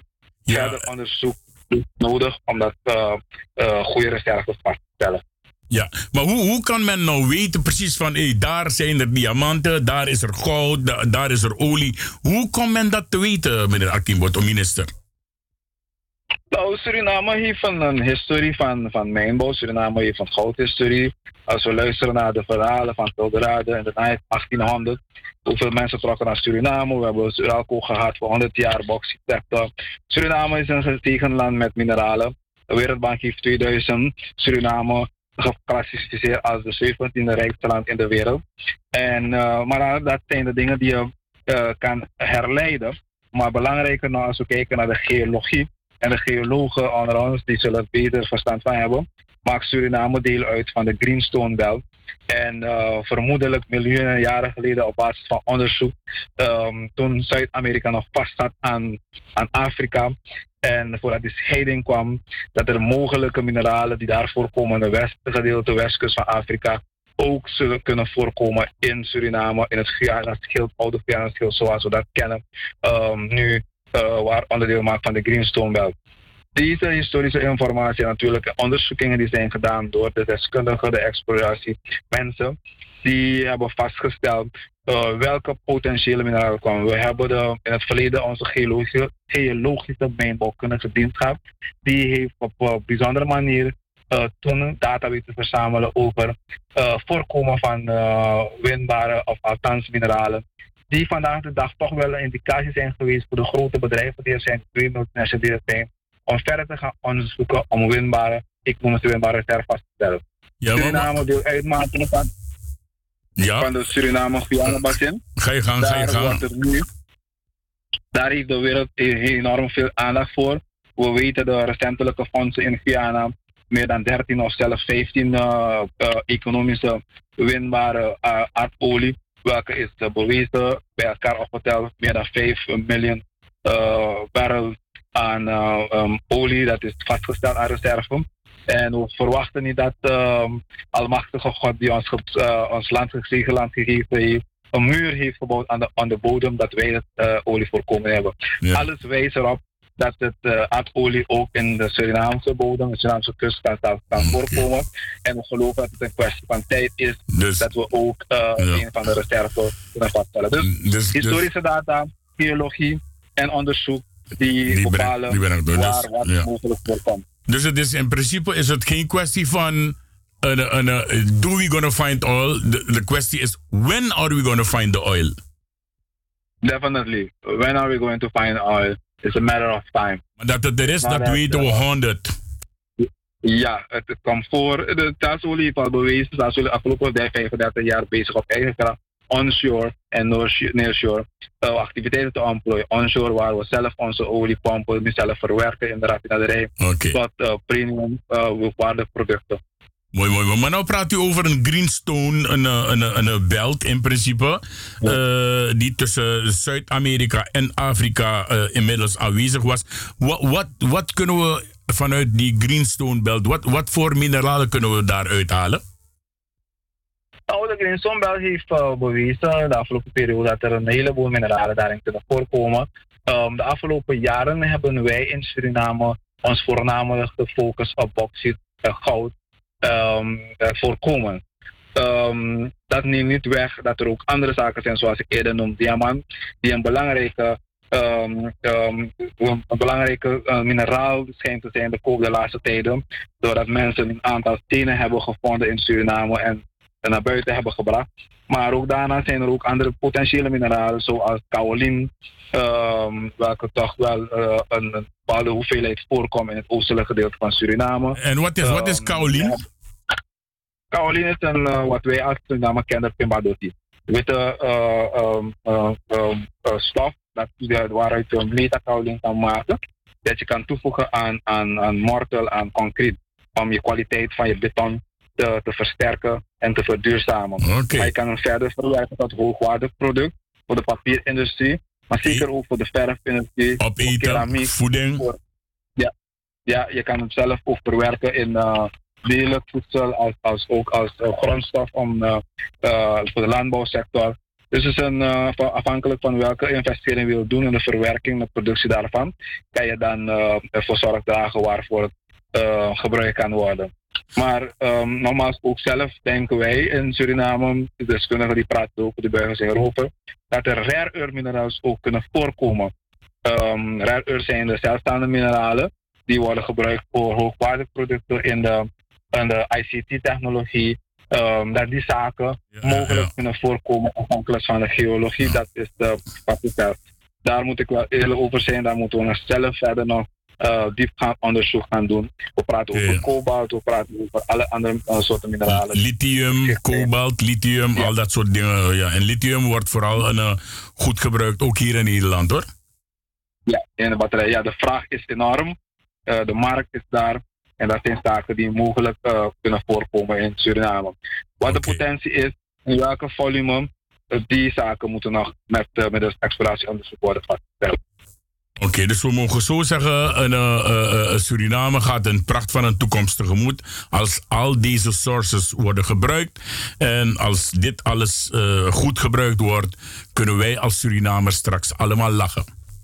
verder onderzoek nodig om dat goede reserves vast te stellen. Ja, maar hoe kan men nou weten precies van, daar zijn er diamanten, daar is er goud, daar is er olie. Hoe kan men dat te weten, meneer Akimboto, minister? Nou, Suriname heeft een historie van mijnbouw. Suriname heeft een goudhistorie. Als we luisteren naar de verhalen van Eldorado in de 1800. Hoeveel mensen trokken naar Suriname. We hebben Suralco gehad voor 100 jaar, bauxiet. Suriname is een gezegend land met mineralen. De Wereldbank heeft 2000 Suriname geclassificeerd als de 17e rijkste land in de wereld. Maar dat zijn de dingen die je kan herleiden. Maar belangrijker nou als we kijken naar de geologie. En de geologen onder ons, die zullen er beter verstand van hebben, maakt Suriname deel uit van de Greenstone Belt. En vermoedelijk miljoenen jaren geleden op basis van onderzoek, toen Zuid-Amerika nog vast zat aan Afrika. En voordat die scheiding kwam, dat er mogelijke mineralen die daar voorkomen in het gedeelte westkust van Afrika ook zullen kunnen voorkomen in Suriname, in het Guyana-schild, oude Guyana-schild zoals we dat kennen, nu waar onderdeel maakt van de Greenstone Belt. Deze historische informatie en natuurlijk onderzoekingen die zijn gedaan door de deskundigen, de exploratiemensen, die hebben vastgesteld welke potentiële mineralen komen. We hebben in het verleden onze geologische mijnbouwkundige dienst gehad. Die heeft op een bijzondere manier toen data weten verzamelen over voorkomen van winbare of althans mineralen. Die vandaag de dag toch wel een indicatie zijn geweest voor de grote bedrijven die er zijn, twee multinationals die er zijn, om verder te gaan onderzoeken om winbare reserve vast te stellen. Ja, Suriname deel uitmaken van de Suriname-Guyana-basin. Ga je gang. Daar heeft de wereld enorm veel aandacht voor. We weten de recentelijke fondsen in Guyana, meer dan 13 of zelfs 15 economische winbare aardolie, welke is bewezen bij elkaar opgeteld meer dan 5 miljoen barrel aan olie, dat is vastgesteld aan reserve. En we verwachten niet dat almachtige God die ons land gegeven heeft, een muur heeft gebouwd aan de bodem dat wij het olie voorkomen hebben. Ja. Alles wijst erop dat het aardolie ook in de Surinaamse bodem, de Surinaamse kust kan voorkomen. En we geloven dat het een kwestie van tijd is dat we ook een van de reserves kunnen vaststellen. Dus historische data, geologie en onderzoek die bepalen waar wat mogelijk voorkomt. Dus het is in principe is het geen kwestie van do we gonna find oil? De kwestie is when are we gonna find the oil? Definitely. When are we going to find oil? It's a matter of time. Maar dat het er is, dat weten we 100. Ja, het komt voor. De staatsolie heeft al bewezen dat de afgelopen 35 jaar bezig op eigen kracht onshore en nearshore activiteiten te ontplooien. Onshore waar we zelf onze olie pompen, die zelf verwerken in de raffinaderij tot premium waardeproducten. Mooi. Maar nou praat u over een greenstone, een belt in principe, die tussen Zuid-Amerika en Afrika inmiddels aanwezig was. Wat kunnen we vanuit die greenstone belt, wat voor mineralen kunnen we daaruit halen? Nou, de Greenstone Belt heeft bewezen de afgelopen periode dat er een heleboel mineralen daarin kunnen voorkomen. De afgelopen jaren hebben wij in Suriname ons voornamelijk gefocust op bauxiet en goud voorkomen. Dat neemt niet weg dat er ook andere zaken zijn, zoals ik eerder noemde, diamant, die een belangrijke mineraal schijnt te zijn de laatste tijden, doordat mensen een aantal stenen hebben gevonden in Suriname en naar buiten hebben gebracht. Maar ook daarna zijn er ook andere potentiële mineralen, zoals kaolin, welke toch wel een bepaalde hoeveelheid voorkomt in het oostelijke gedeelte van Suriname. En wat is kaolin? Kaolin is wat wij als Suriname kennen, Pimbadotti. Witte stof waaruit je metakaolin kan maken, dat je kan toevoegen aan mortel, aan concreet, om je kwaliteit van je beton te versterken en te verduurzamen. Maar je kan hem verder verwerken tot hoogwaardeproduct voor de papierindustrie, maar zeker ook voor de verfindustrie, voor keramiek, voeding. Ja, je kan hem zelf ook verwerken in delen voedsel als grondstof voor de landbouwsector. Dus het is afhankelijk van welke investering je wil doen in de verwerking, de productie daarvan, kan je dan ervoor zorg dragen waarvoor het gebruikt kan worden. Maar nogmaals, ook zelf denken wij in Suriname, de deskundigen die praten ook, de burgers hierover, dat er rare earth minerals ook kunnen voorkomen. Rare earth zijn de zelfstaande mineralen die worden gebruikt voor hoogwaardige producten in de ICT-technologie. Dat die zaken mogelijk kunnen voorkomen afhankelijk van de geologie. Dat is de kwaliteit. Daar moet ik wel eerlijk over zijn. Daar moeten we nog zelf verder nog diepgaand onderzoek gaan doen. We praten over kobalt, we praten over alle andere soorten mineralen. Lithium, kobalt, lithium, al dat soort dingen. Ja. En lithium wordt vooral goed gebruikt, ook hier in Nederland, hoor. Ja, in de batterij. Ja, de vraag is enorm. De markt is daar. En dat zijn zaken die mogelijk kunnen voorkomen in Suriname. Wat de potentie is, in welke volume, die zaken moeten nog met de exploratieonderzoek worden vastgesteld. Oké, dus we mogen zo zeggen, Suriname gaat een pracht van een toekomst tegemoet als al deze sources worden gebruikt. En als dit alles goed gebruikt wordt, kunnen wij als Surinamers straks allemaal lachen.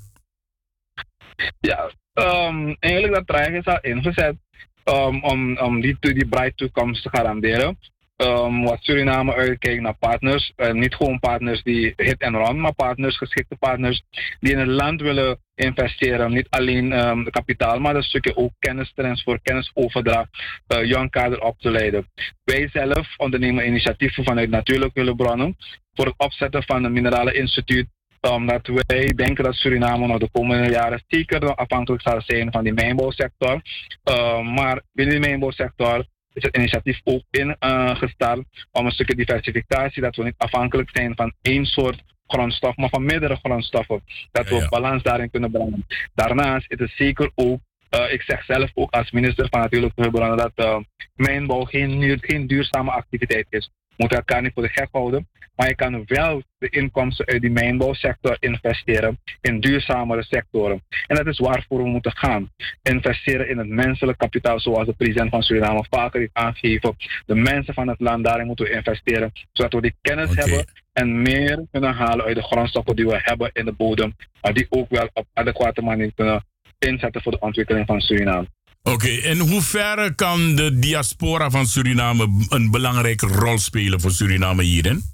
Ja, eigenlijk dat traject is al ingezet om die bright toekomst te garanderen. Wat Suriname uitkijkt naar partners, niet gewoon partners die hit en run, maar partners, geschikte partners die in het land willen investeren. Niet alleen kapitaal, maar een stukje ook kennistransfer, kennisoverdracht, jong kader op te leiden. Wij zelf ondernemen initiatieven vanuit natuurlijke hulpbronnen voor het opzetten van een mineralen instituut. Dat wij denken dat Suriname nog de komende jaren zeker afhankelijk zal zijn van die mijnbouwsector. Maar binnen die mijnbouwsector is het initiatief ook ingestart om een stukje diversificatie, dat we niet afhankelijk zijn van één soort grondstof, maar van meerdere grondstoffen. Dat we balans daarin kunnen brengen. Daarnaast is het zeker ook, ik zeg zelf ook als minister van Natuurlijke Hulpbronnen, dat mijnbouw geen duurzame activiteit is. We moeten elkaar niet voor de gek houden. Maar je kan wel de inkomsten uit die mijnbouwsector investeren in duurzamere sectoren. En dat is waarvoor we moeten gaan. Investeren in het menselijk kapitaal, zoals de president van Suriname vaker heeft aangegeven. De mensen van het land, daarin moeten we investeren. Zodat we die kennis hebben en meer kunnen halen uit de grondstoffen die we hebben in de bodem. Maar die ook wel op adequate manier kunnen inzetten voor de ontwikkeling van Suriname. Oké, in hoeverre kan de diaspora van Suriname een belangrijke rol spelen voor Suriname hierin?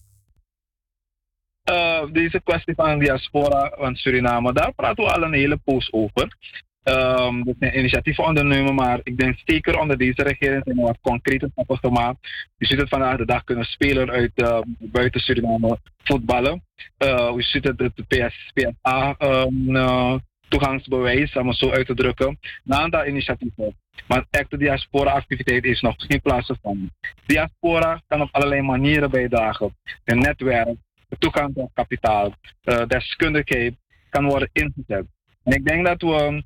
Deze kwestie van de diaspora van Suriname, daar praten we al een hele poos over. Er zijn initiatieven ondernemen, maar ik denk zeker onder deze regering zijn er wat concrete stappen gemaakt. Je ziet het vandaag de dag kunnen spelers uit buiten Suriname voetballen. Je ziet het PSA toegangsbewijs, om het zo uit te drukken. Een aantal initiatieven. Maar echte diaspora-activiteit is nog geen plaats van. Diaspora kan op allerlei manieren bijdragen. Een netwerk, toegang tot kapitaal, deskundigheid kan worden ingezet. En ik denk dat we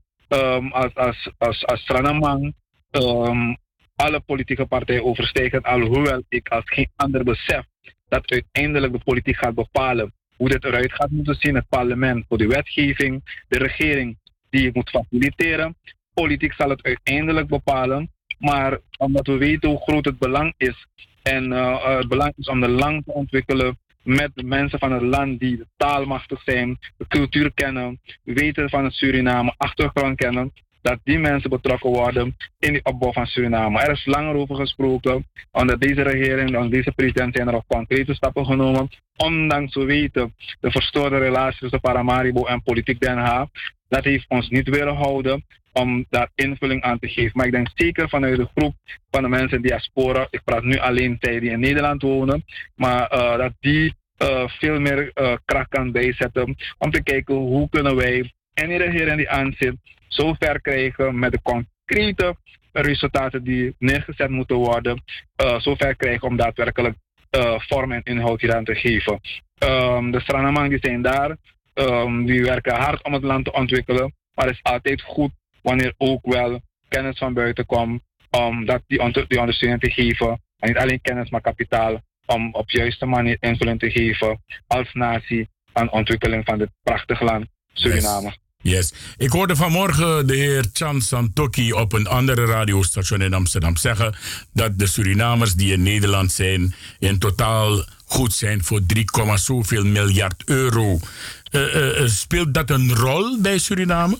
als Suriname alle politieke partijen overstijgen, alhoewel ik als geen ander besef dat uiteindelijk de politiek gaat bepalen hoe dit eruit gaat moeten zien. Het parlement voor de wetgeving, de regering die het moet faciliteren. Politiek zal het uiteindelijk bepalen, maar omdat we weten hoe groot het belang is en het belang is om de land te ontwikkelen met de mensen van het land die de taal machtig zijn, de cultuur kennen, weten van het Suriname, achtergrond kennen, dat die mensen betrokken worden in de opbouw van Suriname. Er is langer over gesproken. Onder deze regering, onder deze president zijn er ook concrete stappen genomen. Ondanks we weten de verstoorde relatie tussen Paramaribo en politiek Den Haag. Dat heeft ons niet willen houden om daar invulling aan te geven. Maar ik denk zeker vanuit de groep van de mensen in diaspora, ik praat nu alleen zij die in Nederland wonen, maar dat die veel meer kracht kan bijzetten om te kijken hoe kunnen wij en die regering die aanzit zo ver krijgen met de concrete resultaten die neergezet moeten worden, zo ver krijgen om daadwerkelijk vorm en inhoud hieraan te geven. De Surinamers die zijn daar, die werken hard om het land te ontwikkelen, maar het is altijd goed wanneer ook wel kennis van buiten komt om die ondersteuning te geven. En niet alleen kennis, maar kapitaal om op juiste manier invulling te geven als natie aan de ontwikkeling van dit prachtige land Suriname. Yes. Ik hoorde vanmorgen de heer Chan Santoki op een andere radiostation in Amsterdam zeggen dat de Surinamers die in Nederland zijn in totaal goed zijn voor 3, zoveel miljard euro. Speelt dat een rol bij Suriname?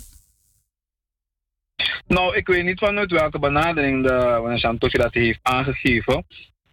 Nou, ik weet niet vanuit welke benadering de meneer Santoki dat heeft aangegeven.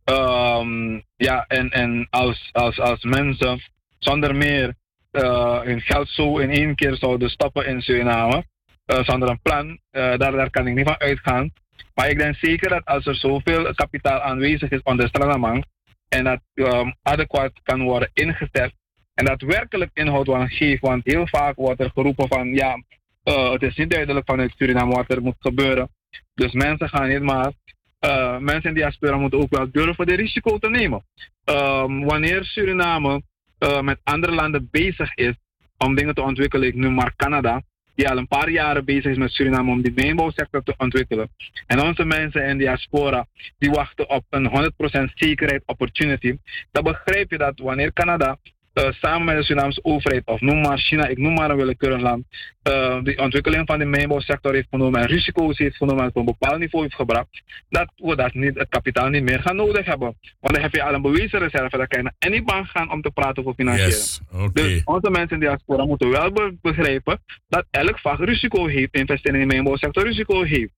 Ja, en als mensen zonder meer hun geld zo in één keer zouden stoppen in Suriname, zonder een plan, daar kan ik niet van uitgaan. Maar ik denk zeker dat als er zoveel kapitaal aanwezig is onder Stranaman en dat adequaat kan worden ingezet en dat werkelijk inhoud wat geeft, want heel vaak wordt er geroepen van ja, het is niet duidelijk vanuit Suriname wat er moet gebeuren. Dus mensen gaan niet maar, mensen in diaspora moeten ook wel durven de risico te nemen. Wanneer Suriname met andere landen bezig is om dingen te ontwikkelen, ik noem maar Canada, die al een paar jaren bezig is met Suriname om die mijnbouwsector te ontwikkelen. En onze mensen in diaspora, die wachten op een 100% zekerheid opportunity. Dan begrijp je dat wanneer Canada samen met de Surinaamse overheid, of noem maar China, ik noem maar een willekeurig land, de ontwikkeling van de mijnbouwsector heeft genomen en risico's heeft genomen en op een bepaald niveau heeft gebracht, dat we dat niet, het kapitaal niet meer gaan nodig hebben. Want dan heb je al een bewezen reserve, dan kan je naar any bank gaan om te praten over financiering. Yes, okay. Dus onze mensen in de diaspora moeten wel begrijpen dat elk vak risico heeft, investeren in de mijnbouwsector risico heeft.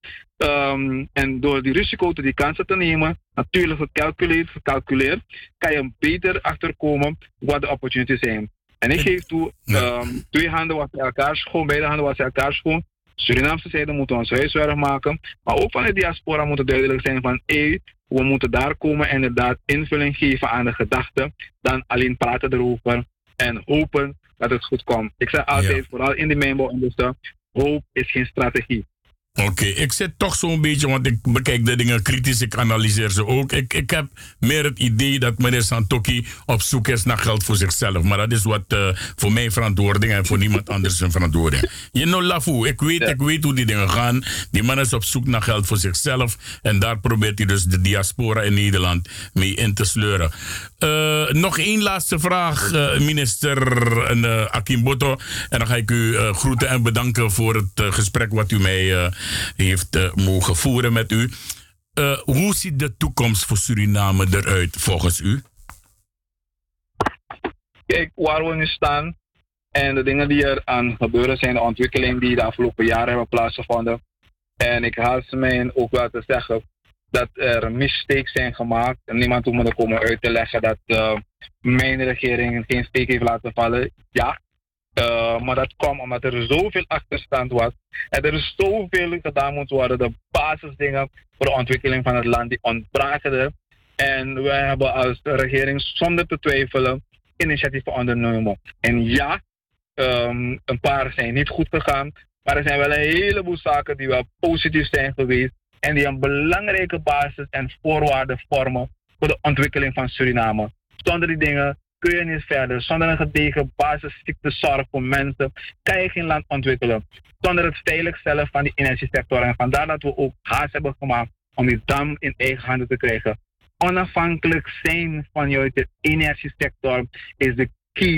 En door die risico die kansen te nemen, natuurlijk gecalculeerd, kan je beter achterkomen wat de opportunities zijn. En ik geef toe, twee handen wassen elkaar schoon, beide handen wassen elkaar schoon. Surinaamse zijde moeten ons huiswerk maken, maar ook van de diaspora moet het duidelijk zijn van we moeten daar komen en inderdaad invulling geven aan de gedachten, dan alleen praten erover en hopen dat het goed komt. Ik zeg altijd, vooral in de mijnbouwindustrie, hoop is geen strategie. Oké, ik zit toch zo'n beetje, want ik bekijk de dingen kritisch, ik analyseer ze ook. Ik heb meer het idee dat meneer Santoki op zoek is naar geld voor zichzelf. Maar dat is wat voor mij verantwoording en voor niemand anders een verantwoording. Je know, Lafu, ik weet hoe die dingen gaan. Die man is op zoek naar geld voor zichzelf. En daar probeert hij dus de diaspora in Nederland mee in te sleuren. Nog één laatste vraag, minister Akim Botto. En dan ga ik u groeten en bedanken voor het gesprek wat u mij heeft mogen voeren met u. Hoe ziet de toekomst voor Suriname eruit volgens u? Kijk, waar we nu staan en de dingen die er aan gebeuren zijn, de ontwikkelingen die de afgelopen jaren hebben plaatsgevonden. En ik haast mij ook wel te zeggen dat er mistakes zijn gemaakt. En niemand hoeft me er komen uit te leggen dat mijn regering geen steek heeft laten vallen. Ja. Maar dat kwam omdat er zoveel achterstand was. En er is zoveel gedaan moet worden. De basisdingen voor de ontwikkeling van het land die ontbraken. En wij hebben als regering zonder te twijfelen initiatieven ondernomen. En ja, een paar zijn niet goed gegaan. Maar er zijn wel een heleboel zaken die wel positief zijn geweest. En die een belangrijke basis en voorwaarden vormen voor de ontwikkeling van Suriname. Zonder die dingen kun je niet verder. Zonder een gedegen basisziektezorg voor mensen kan je geen land ontwikkelen. Zonder het veiligstellen van die energiesector. En vandaar dat we ook haast hebben gemaakt om die dam in eigen handen te krijgen. Onafhankelijk zijn van de energiesector is de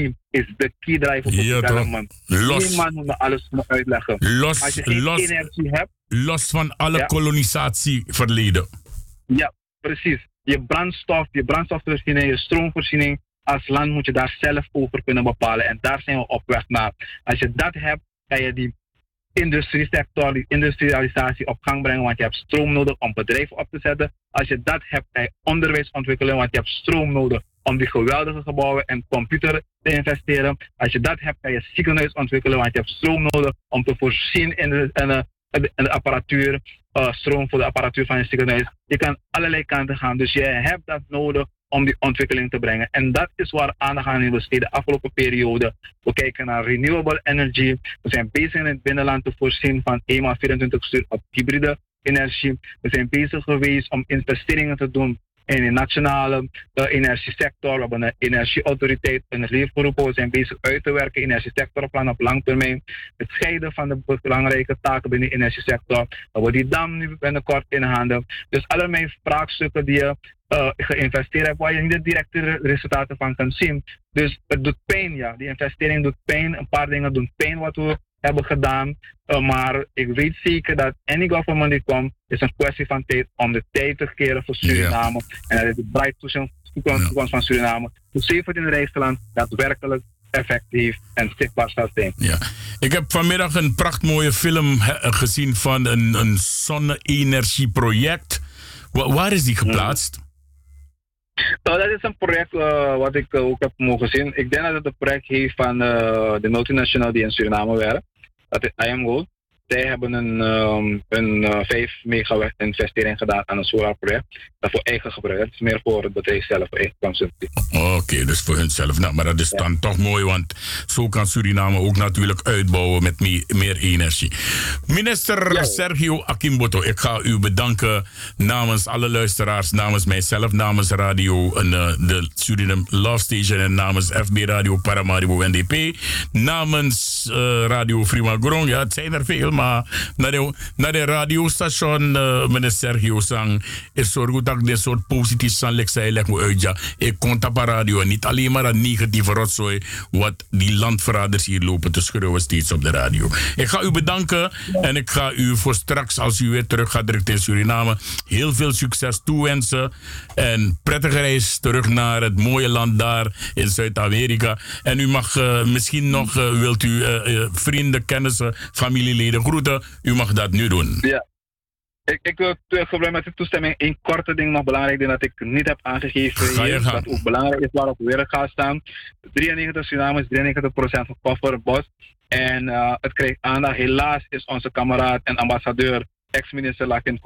key driver voor development. Niemand moet me alles uitleggen. Als je geen energie hebt, los van alle kolonisatieverleden. Ja, precies. Je brandstofvoorziening, je stroomvoorziening. Als land moet je daar zelf over kunnen bepalen. En daar zijn we op weg naar. Als je dat hebt, kan je die industriesector, die industrialisatie op gang brengen. Want je hebt stroom nodig om bedrijven op te zetten. Als je dat hebt, kan je onderwijs ontwikkelen. Want je hebt stroom nodig om die geweldige gebouwen en computer te investeren. Als je dat hebt, kan je ziekenhuis ontwikkelen. Want je hebt stroom nodig om te voorzien in de apparatuur. Stroom voor de apparatuur van je ziekenhuis. Je kan allerlei kanten gaan. Dus je hebt dat nodig om die ontwikkeling te brengen. En dat is waar aandacht aan investeren de afgelopen periode. We kijken naar renewable energy. We zijn bezig in het binnenland te voorzien van 1x24 uur op hybride energie. We zijn bezig geweest om investeringen te doen in de nationale energiesector. We hebben een energieautoriteit, een leergroep. We zijn bezig uit te werken, energiesectorplan op lang termijn. Het scheiden van de belangrijke taken binnen de energiesector. We hebben die dam nu binnenkort in handen. Dus allerlei vraagstukken die je geïnvesteerd hebt, waar je niet de directe resultaten van kan zien. Dus het doet pijn, ja. Die investering doet pijn. Een paar dingen doen pijn wat we hebben gedaan. Maar ik weet zeker dat any government die komt, is een kwestie van tijd om de tijd te keren voor Suriname. En dat is de bright toekomst van Suriname. Hoe 17 Rijksland daadwerkelijk effectief en zichtbaar zal zijn. Ja. Ik heb vanmiddag een prachtmooie film gezien van een zonne-energieproject. Waar is die geplaatst? Dat is een project wat ik ook heb mogen zien. Ik denk dat het een project heeft van de multinational die in Suriname werkt. Dat is IM Gold. Zij hebben een 5 megawatt investering gedaan aan een solarproject. Dat voor eigen gebruik. Dat is meer voor het bedrijf zelf, voor eigen consumptie. Oké, dus voor hunzelf. Nou, maar dat is dan toch mooi, want zo kan Suriname ook natuurlijk uitbouwen met meer energie. Minister Sergio Akimboto, ik ga u bedanken namens alle luisteraars, namens mijzelf, namens radio de Suriname Love Station en namens FB Radio Paramaribo NDP, namens Radio Frima Grong. Ja, het zijn er veel, maar naar de radiostation, meneer Sergio Sang, is zorg dat ik dit soort positief zal zei, leg me uit, ja. Ik kon op radio en niet alleen maar dat negatieve rotzooi wat die landverraders hier lopen te schreeuwen steeds op de radio. Ik ga u bedanken en ik ga u voor straks, als u weer terug gaat richting Suriname, heel veel succes toewensen en prettige reis terug naar het mooie land daar in Zuid-Amerika. En u mag misschien nog, wilt u vrienden, kennissen, familieleden groeten, u mag dat nu doen. Ja. Ik wil gebruiken met de toestemming één korte ding nog belangrijk dat ik niet heb aangegeven hier, dat ook belangrijk is waarop we weer gaan staan. 93 Surinamers, 93% van Kofferbos. En het krijgt aandacht. Helaas is onze kameraad en ambassadeur, ex-minister Lakin,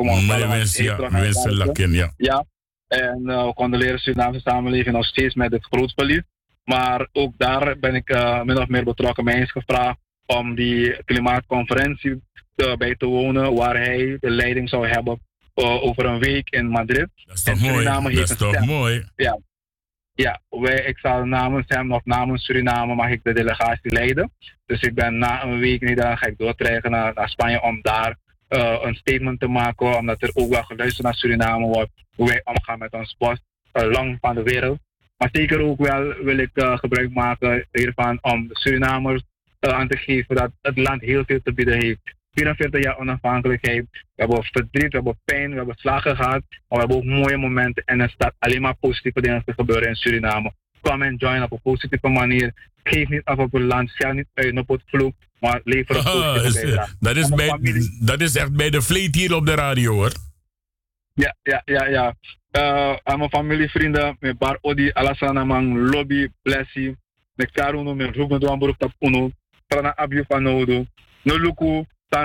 Ja. En we condoleren de Surinaamse samenleving nog steeds met het groot verlies. Maar ook daar ben ik min of meer betrokken. Mij is gevraagd om die klimaatconferentie bij te wonen, waar hij de leiding zou hebben over een week in Madrid. Dat is toch mooi? Dat is toch mooi? Ja, ik zal namens hem, nog namens Suriname, mag ik de delegatie leiden. Dus ik ben na een week niet, dan ga ik doortrekken naar Spanje om daar een statement te maken, omdat er ook wel geluisterd naar Suriname wordt, hoe wij omgaan met ons bos, lang van de wereld. Maar zeker ook wel wil ik gebruik maken hiervan om de Surinamers aan te geven dat het land heel veel te bieden heeft. 44 jaar onafhankelijkheid. We hebben verdriet, we hebben pijn, we hebben slagen gehad. Maar we hebben ook mooie momenten. En er staat alleen maar positieve dingen te gebeuren in Suriname. Kom en join op een positieve manier. Geef niet af op het land. Schel niet uit op het vloek. Maar lever een positieve bijdrage. Dat is echt bij de vleet hier op de radio, hoor. Ja. Aan mijn familievrienden. Mijn bar Odi, Alassana Man, Lobby, Blessie. Met Karuno, met Ruben Douanburg Tap Uno. Trana Abiu Panodo. Noluku.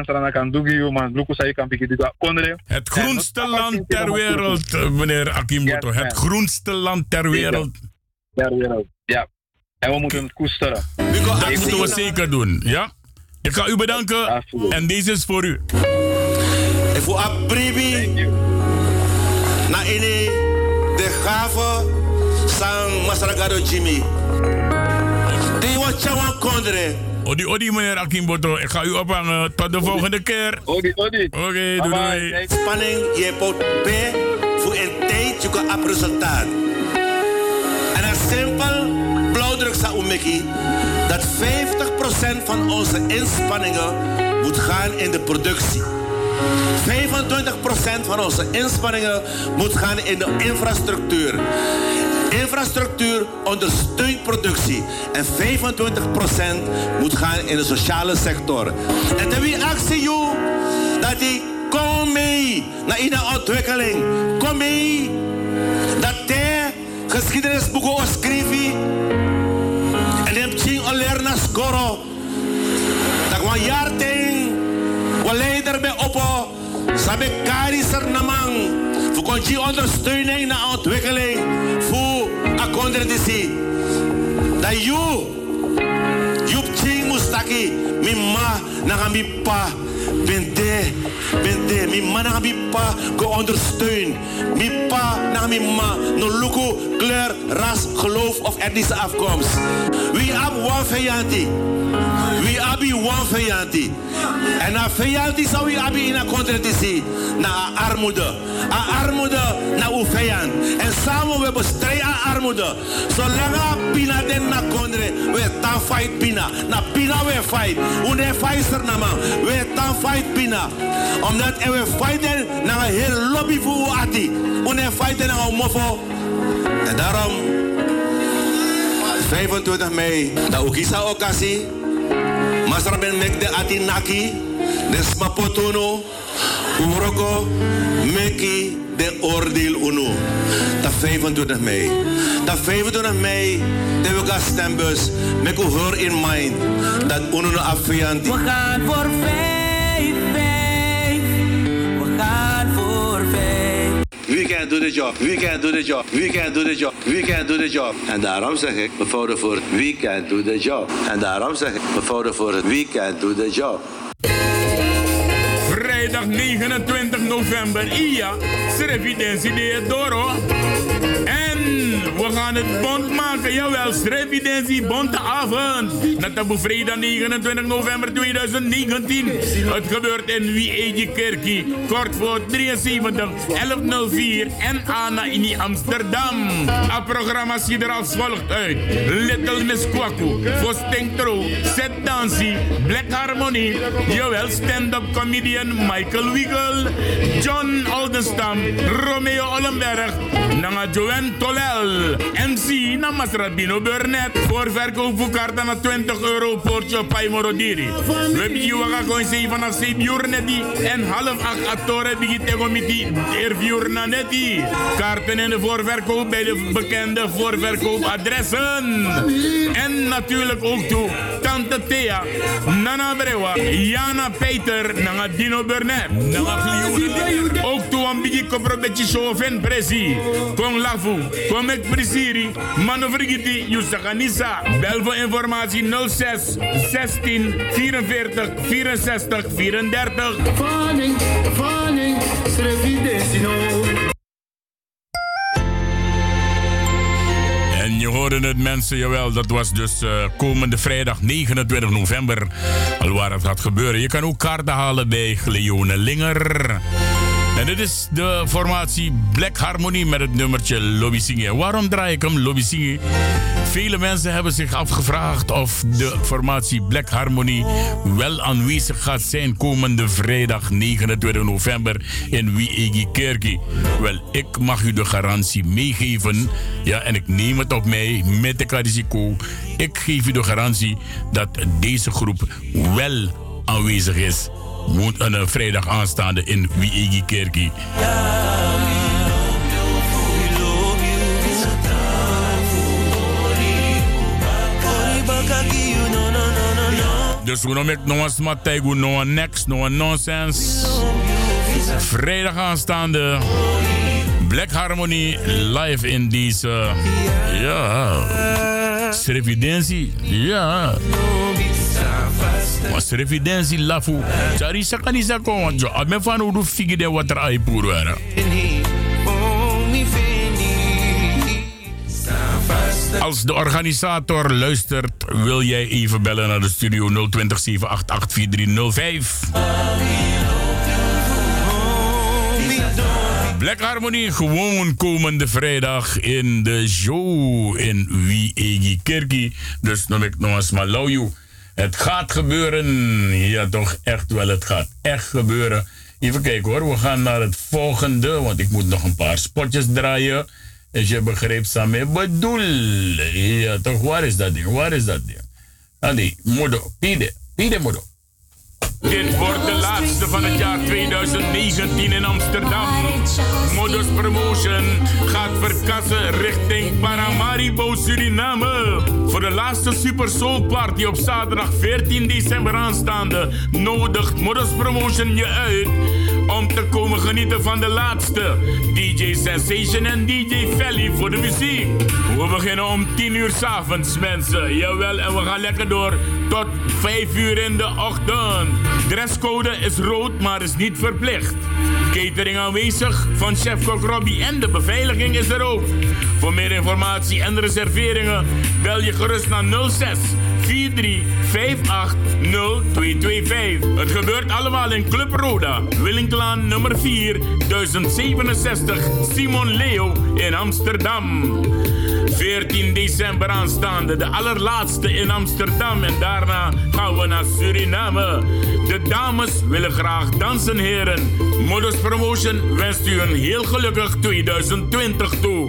Het groenste land ter wereld, meneer Akimboto. Het groenste land ter wereld. Ja. En we moeten het koesteren. Dat moeten we zeker doen, ja? Ik ga u bedanken en deze is voor u. En voor Abribi, na ine de gave sang Masaragado Jimmy. Die wat chawan kondre. Odi, meneer Akimboto. Ik ga u ophangen. Tot de volgende keer. Odi. Oké, doei. Spanning, je moet bij voor een tijd je kan op resultaat. En een simpel blauwdruk zou omekkie dat 50% van onze inspanningen moet gaan in de productie. 25% van onze inspanningen moet gaan in de infrastructuur. Infrastructuur ondersteunt productie en 25% moet gaan in de sociale sector. En dan wie actie jou dat die kom mee naar in de ontwikkeling. Kom mee dat de geschiedenisboeken schrijven en die ching aller naar scoren. Dat we een jaar ding, we leider bij oppo, sabe kari sernamang. Voor konji ondersteuning naar ontwikkeling. Voor akonder de zie. Dat you ching mustaki. Mi ma na mi pa. Bente. Mi ma na mi pa. Go ondersteun. Mi pa na mi ma. No luku, kleur, ras, geloof of etnische afkomst. We have one vijanti. We have one vijanti. En na vijanti zou we hebben in akonder de na armoede. Armoede naar uw vijand. En samen we bestrijden armoede. Zolang pina den na kondre, we tan fight pina. Na pina we fight. Une fighter na man, we tan fight pina. Omdat we fighten na een heel lobby voor ati. Une fighten na een mofo. En daarom 25 mei, da ukisa okasi. Masra ben mek de ati naki, des mapotono, uroko, meki de oordeel uno. Dat 25 mei. Dat 25 mei, de we gaan stembus, mek u hoor in mind, dat uno no afvianti. We gaan voor 5, 5. We gaan voor 5. We can do the job, we can do the job, we can do the job, we can do the job. En daarom zeg ik, we vouwen voor we can do the job. En daarom zeg ik, we vouwen voor we can do the job. Vrijdag 29 november, Ia, Srevidentie de Doro. En we gaan het bond maken, jawel, Srevidentie Bonteavond. Dat is vrijdag 29 november 2019. Het gebeurt in Wie Kerkie, kort voor 73 1104 en Anna in Amsterdam. Het programma ziet er als volgt uit: Little Miss Kwaku, Vostentro, Set Dansie, Black Harmony, jawel, stand-up comedian Michael Wiegel, John Oldenstam, Romeo Ollenberg, Nanga Joanne Tolel, MC Namasra Dino Burnett, voorverkoop voor kaarten naar €20 portje Paimorodiri. We hebben hier gewoon 7 of 7 uur netti en half 8 actoren digitego met die ervuur na netti. Kaarten in de voorverkoop bij de bekende voorverkoopadressen. En natuurlijk ook toe Tante Thea, Nana Brewa, Jana Peter, Nanga Dino Burnett, Nanga Glioen. Ook toe een beetje kopro show van Presi. Kom Lafu, kom ik Presiri, Manovrigiti, Yusakanisa. Bel voor informatie 06 16 44 64 34. Fanning, Srevidentie. En je hoorde het mensen, jawel, dat was dus komende vrijdag 29 november. Al waar het gaat gebeuren. Je kan ook kaarten halen bij Gleone Linger. En dit is de formatie Black Harmony met het nummertje Lobby Singing. Waarom draai ik hem Lobby Singing? Vele mensen hebben zich afgevraagd of de formatie Black Harmony wel aanwezig gaat zijn komende vrijdag 29 november in Wie Kerkie. Wel, ik mag u de garantie meegeven. Ja, en ik neem het op mij met de risico. Ik geef u de garantie dat deze groep wel aanwezig is. Moet een vrijdag aanstaande in Wie Kerkie. Dus we noemen het nog eens Matthijs, nog een next, nog een nonsense. Vrijdag aanstaande Black Harmony live in deze, Srevidentie, mas Srevidentie lafu. Cari sakanisa kon jo. Ame van hoe doe figi de water ai puro era. Als de organisator luistert, wil jij even bellen naar de studio 020 788 4305. Black Harmony gewoon komende vrijdag in de show in Wie Kerkie. Dus dan ik nog eens maar lauw. Het gaat gebeuren. Ja, toch echt wel. Het gaat echt gebeuren. Even kijken hoor. We gaan naar het volgende. Want ik moet nog een paar spotjes draaien. Als je begreep, Samé bedoel. Ja, toch. Waar is dat ding? Waar is dat ding? Ah nee. Modo. Pide modo. Dit wordt de laatste van het jaar 2019 in Amsterdam. Modus Promotion gaat verkassen richting Paramaribo, Suriname. Voor de laatste Super Soul Party op zaterdag 14 december aanstaande nodigt Modus Promotion je uit om te komen genieten van de laatste DJ Sensation en DJ Felly voor de muziek. We beginnen om 10 uur 's avonds, mensen. Jawel, en we gaan lekker door tot 5 uur in de ochtend. Dresscode is rood, maar is niet verplicht. Catering aanwezig van chef-kok Robbie en de beveiliging is er ook. Voor meer informatie en reserveringen bel je gerust naar 06 43 58 0225. Het gebeurt allemaal in Club Roda, Willinglaan nummer 4, 1067, Simon Leo in Amsterdam. 14 december aanstaande, de allerlaatste in Amsterdam. En daarna gaan we naar Suriname. De dames willen graag dansen, heren. Modus Promotion wenst u een heel gelukkig 2020 toe.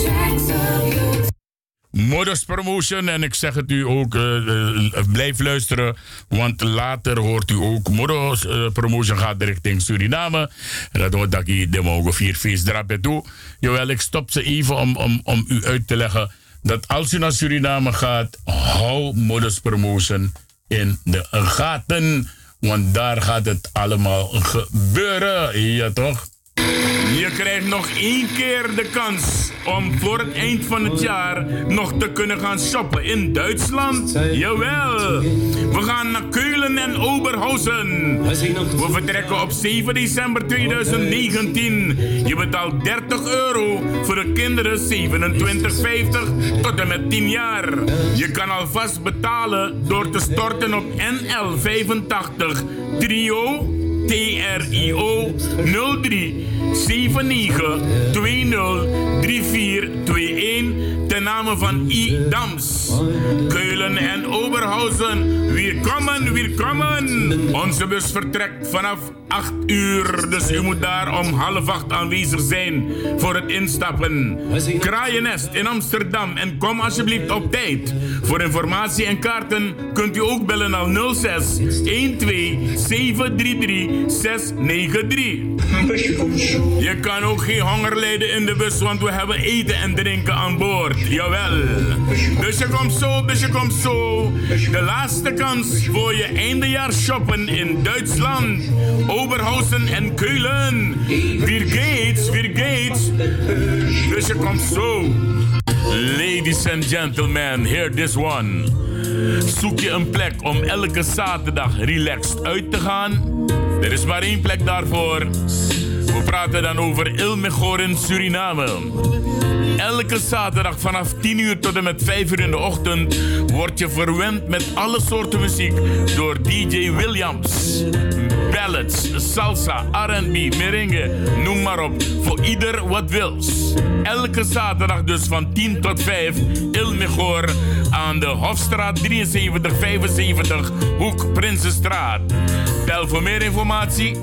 Modus Promotion, en ik zeg het u ook, blijf luisteren, want later hoort u ook Modus Promotion gaat richting Suriname. En dat hoort dat ik de mogen 4 feestdrappen toe. Jawel, ik stop ze even om u uit te leggen dat als u naar Suriname gaat, hou Modus Promotion in de gaten, want daar gaat het allemaal gebeuren, ja toch? Je krijgt nog 1 keer de kans om voor het eind van het jaar nog te kunnen gaan shoppen in Duitsland. Jawel! We gaan naar Keulen en Oberhausen. We vertrekken op 7 december 2019. Je betaalt €30 voor de kinderen 27,50 tot en met 10 jaar. Je kan alvast betalen door te storten op NL85 Trio TRIO 03 79 20 3421 ten name van I. Dams. Keulen en Oberhausen. Willkommen. Onze bus vertrekt vanaf 8 uur. Dus u moet daar om 7:30 aanwezig zijn voor het instappen. Kraaiennest in Amsterdam. En kom alsjeblieft op tijd. Voor informatie en kaarten kunt u ook bellen naar 06 12 733 693. Je kan ook geen honger lijden in de bus, want we hebben eten en drinken aan boord. Jawel. Dus je komt zo. De laatste kans voor je eindejaars shoppen in Duitsland, Oberhausen en Keulen. Weer gates. Dus je komt zo. Ladies and gentlemen, hear this one. Zoek je een plek om elke zaterdag relaxed uit te gaan? Er is maar 1 plek daarvoor. We praten dan over Il Mejor in Suriname. Elke zaterdag vanaf 10 uur tot en met 5 uur in de ochtend word je verwend met alle soorten muziek door DJ Williams. Ballads, salsa, R&B, merengue, noem maar op. Voor ieder wat wils. Elke zaterdag dus van 10 tot 5 Il Mejor aan de Hofstraat 7375, Hoek Prinsenstraat. Bel voor meer informatie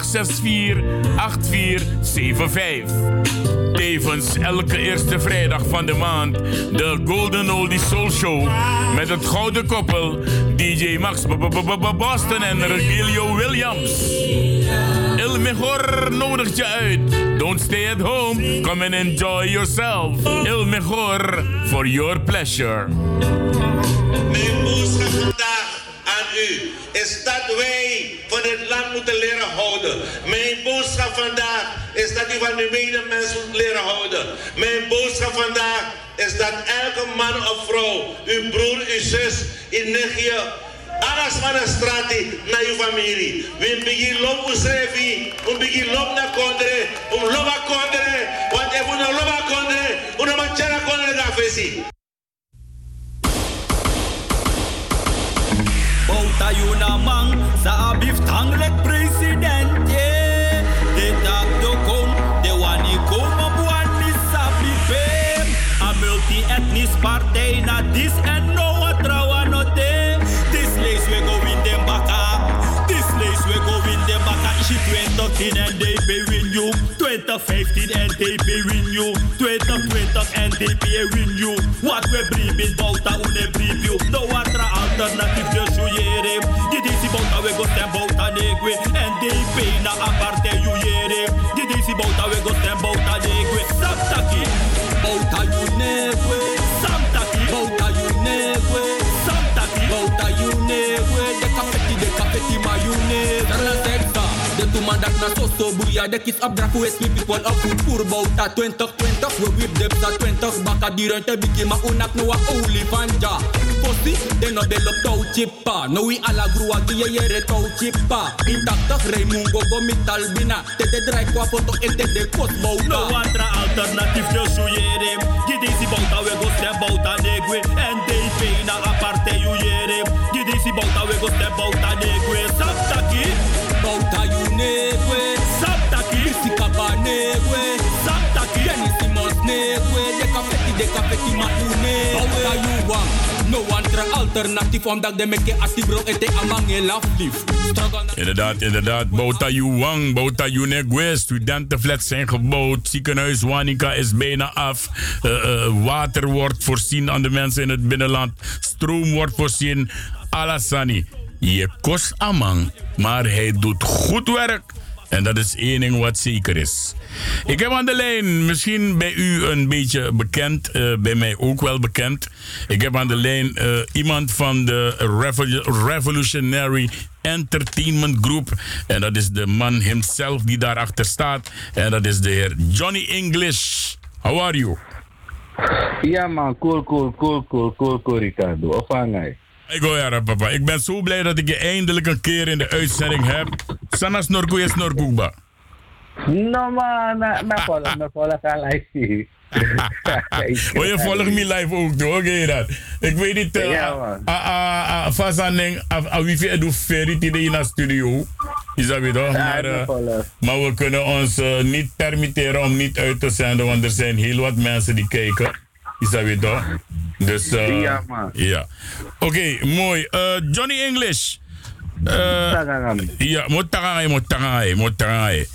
864-8475. Tevens elke eerste vrijdag van de maand de Golden Oldie Soul Show met het gouden koppel DJ Max Boston en Regilio Williams. Il Mejor nodigt je uit. Don't stay at home. Come and enjoy yourself. Il Mejor for your pleasure. Mijn boodschap vandaag aan u is dat wij van dit land moeten leren houden. Mijn boodschap vandaag is dat u van uw medemens moet leren houden. Mijn boodschap vandaag is dat elke man of vrouw, uw broer, uw zus, in nichtje, alles van de straat naar uw familie. We beginnen lop usrevi, we beginnen lop naar kondre, loba kondre, want if we no loba kondre, we no manchara kondre gafesi. Bouta yuna mang sa abif tanglek president yeah. De tak do kom de wani kom buan di sabi pem. A multi-ethnisch partij na dis en no atrawa no te. This place we go win them baka. This place we go win them baka. Ishi 2010 and they pay win you. 2015 and they pay win you. 2020 and they pay win you. What we brief in Bouta une brief you. No atra alternative just you yere. Dit is Bouta we go stem Bouta negwe. And they pay na aparte you yere. Dit is Bouta we go stem Bouta negwe. Samtaki Bouta you negwe. Samtaki Bouta you negwe. Samtaki Bouta you negwe. De kapeti ma you negwe. De toemandak na so boeia. De kies op draku es mi people op voor Bouta 2020. We whip de psa 20. Baka die ruimte biki ma unak no wa olifanja. Posti, de no de lop touw chippa. No we ala grua die yere touw chippa. Intactig Raimungo go mital bina. Te de draai kwa foto en te de kot Bouta. No atra alternatief de suyere. Gidisi Bouta we go stem Bouta negwe. En de pena aparte you yere. Gidisi Bouta we go stem Bouta negwe. Saptaki Bouta you negwe. Saptaki Bisikaba negwe. Saptaki Dennis Simons negwe. De kapeti ma wang. No andere alternatief omdat de meke atibro ete amang je laf lief. Inderdaad. Bouta Yuwang, Bouta Yunegwe. Studentenflats zijn gebouwd. Ziekenhuis Wanika is bijna af. Water wordt voorzien aan de mensen in het binnenland. Stroom wordt voorzien. Alassani. Je kost amang, maar hij doet goed werk. En dat is één ding wat zeker is. Ik heb aan de lijn, misschien bij u een beetje bekend, bij mij ook wel bekend. Ik heb aan de lijn iemand van de Revolutionary Entertainment Group. En dat is de man himself die daarachter staat. En dat is de heer Johnny English. How are you? Ja man, cool, Ricardo. Of hangai? Ik hoor ja, papa. Ik ben zo blij dat ik je eindelijk een keer in de uitzending heb. Sana snorku je snorkoekba. No man, me volg aan live. Oh, je volgt me live ook, toch? Oké, dat. Ik weet niet, vast aan wie je doet ferry in de studio. Is dat weer toch? Maar we kunnen ons niet permitteren om niet uit te zenden, want er zijn heel wat mensen die kijken. Is dat weer toch? Dus, ja, man. Ja. Oké, mooi. Johnny English. Ja, moet tangai.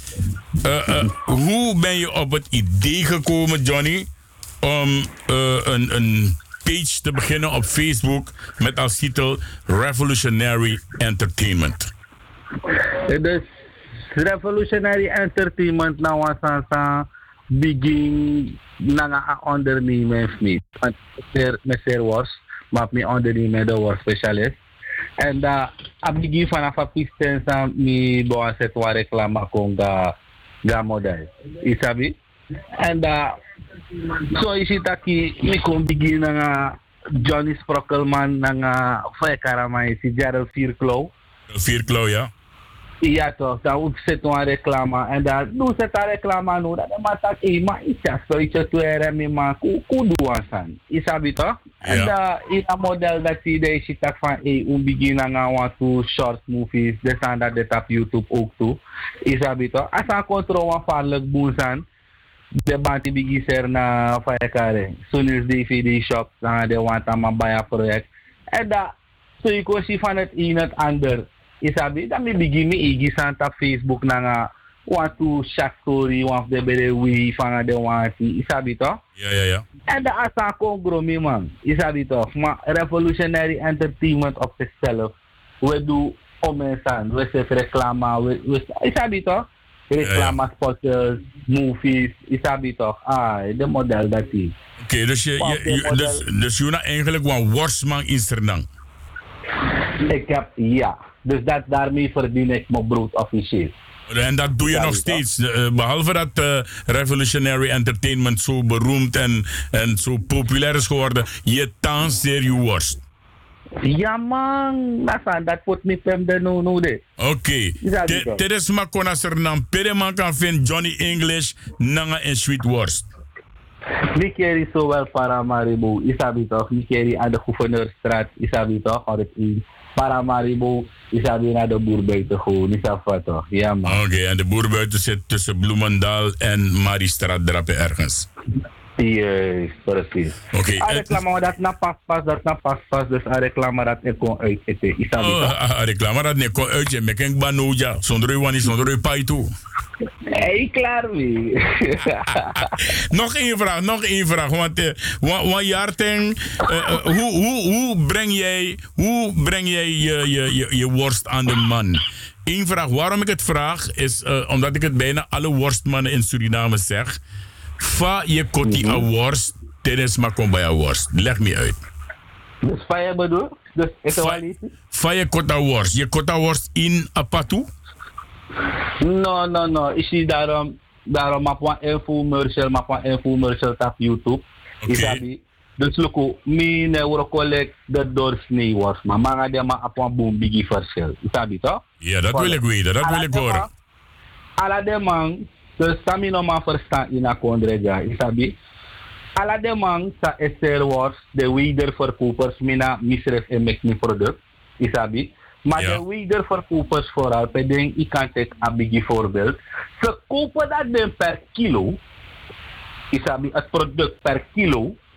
Hoe ben je op het idee gekomen, Johnny, om een page te beginnen op Facebook met als titel Revolutionary Entertainment? Dus Revolutionary Entertainment nou was aan begin na ondernemen niet. Want met zeer was, maar mijn ondernemen de was specialist. En dat begin vanaf een piste aan mi boa set waar reclame konga ga model. Isabi. En dat zo is het dat ik kon beginnen na Johnny Sprockelman na Fekaramai si Gerald Vierklo. Vierklo, ja. Ja toch, dat ook zit een reclame en dat doe ze dat reclame nu, dat maar dat maar iets zoiets te hebben maar kudu aan. Isabi toch? En dat is een model dat zie je ziet dat van beginnen aan to short movies, dus aan dat dit op YouTube ook toe. Isabi toch? Als een controle van boezan, de band die begint na Fayekare, Sunil's DVD shop, dan de want aan mijn project. En dat zo ik was van het een het ander. Isabi, dan me begin me igi op Facebook na want to share story want de bede we van de want isabi toch? Ja. En de asa kon gromi man. Isabi toch? Maar Revolutionary Entertainment op zichzelf. We doen omensan, we zetten reclame, we isabi toch? Reclame spots, movies, isabi toch? De model dat is. Oké, dus je eigenlijk een worstman in Serdang. Ik heb, ja. Dus daarmee verdien ik mijn brood officieel. En dat doe je nog steeds. Behalve dat Revolutionary Entertainment zo beroemd en zo populair is geworden. Je danseert je worst. Ja man, dat wordt niet hem de no. Oké. Dit is maar kon als er dan Pereman kan vinden Johnny English nanga en sweet worst. Ik keri zowel Paramaribo, isabi toch? Ik keri aan de Gouverneurstraat, isabi toch? Paramaribo, isabi naar de Boerbuiten gewoon, isabi toch? Ja man. Oké, en de Boerbuiten zit tussen Bloemendaal en Mariestraat drappen ergens. Yes, precies. Oké. Reclame dat na pas, dus a reclame dat ik kon uit eten, isabi toch? A reclame dat ik kon uit, je meken banoja, zonder u wani, zonder u pai toe. Hey, klaar mee. Nog één vraag. Want hoe breng jij je worst aan de man? Eén vraag. Waarom ik het vraag is omdat ik het bijna alle worstmannen in Suriname zeg. Fa je koti a worst, tijdens maar kom bij a worst. Leg me uit. Dus fa je bedoel? Dus is het wel iets? Fa je kota worst. Je kota worst in a patu? No. Ik zie daarom map een infomercial op YouTube. Isabi. Dus look, mijn collect de doorsnee was, maar manga de ma op een boom biggie verschil. Isabi toch? Ja, dat wil ik weten, dat wil ik horen. Alla de man, dus sami no ma verstaan in a kondreja, isabi. Alla de man sa SR was de wederverkopers mina misref en mek mijn product, isabi. Maar de wederverkopers vooral, ik kan het een beetje voorbeeld. Ze kopen dat dan per kilo. Isabi, het product per kilo.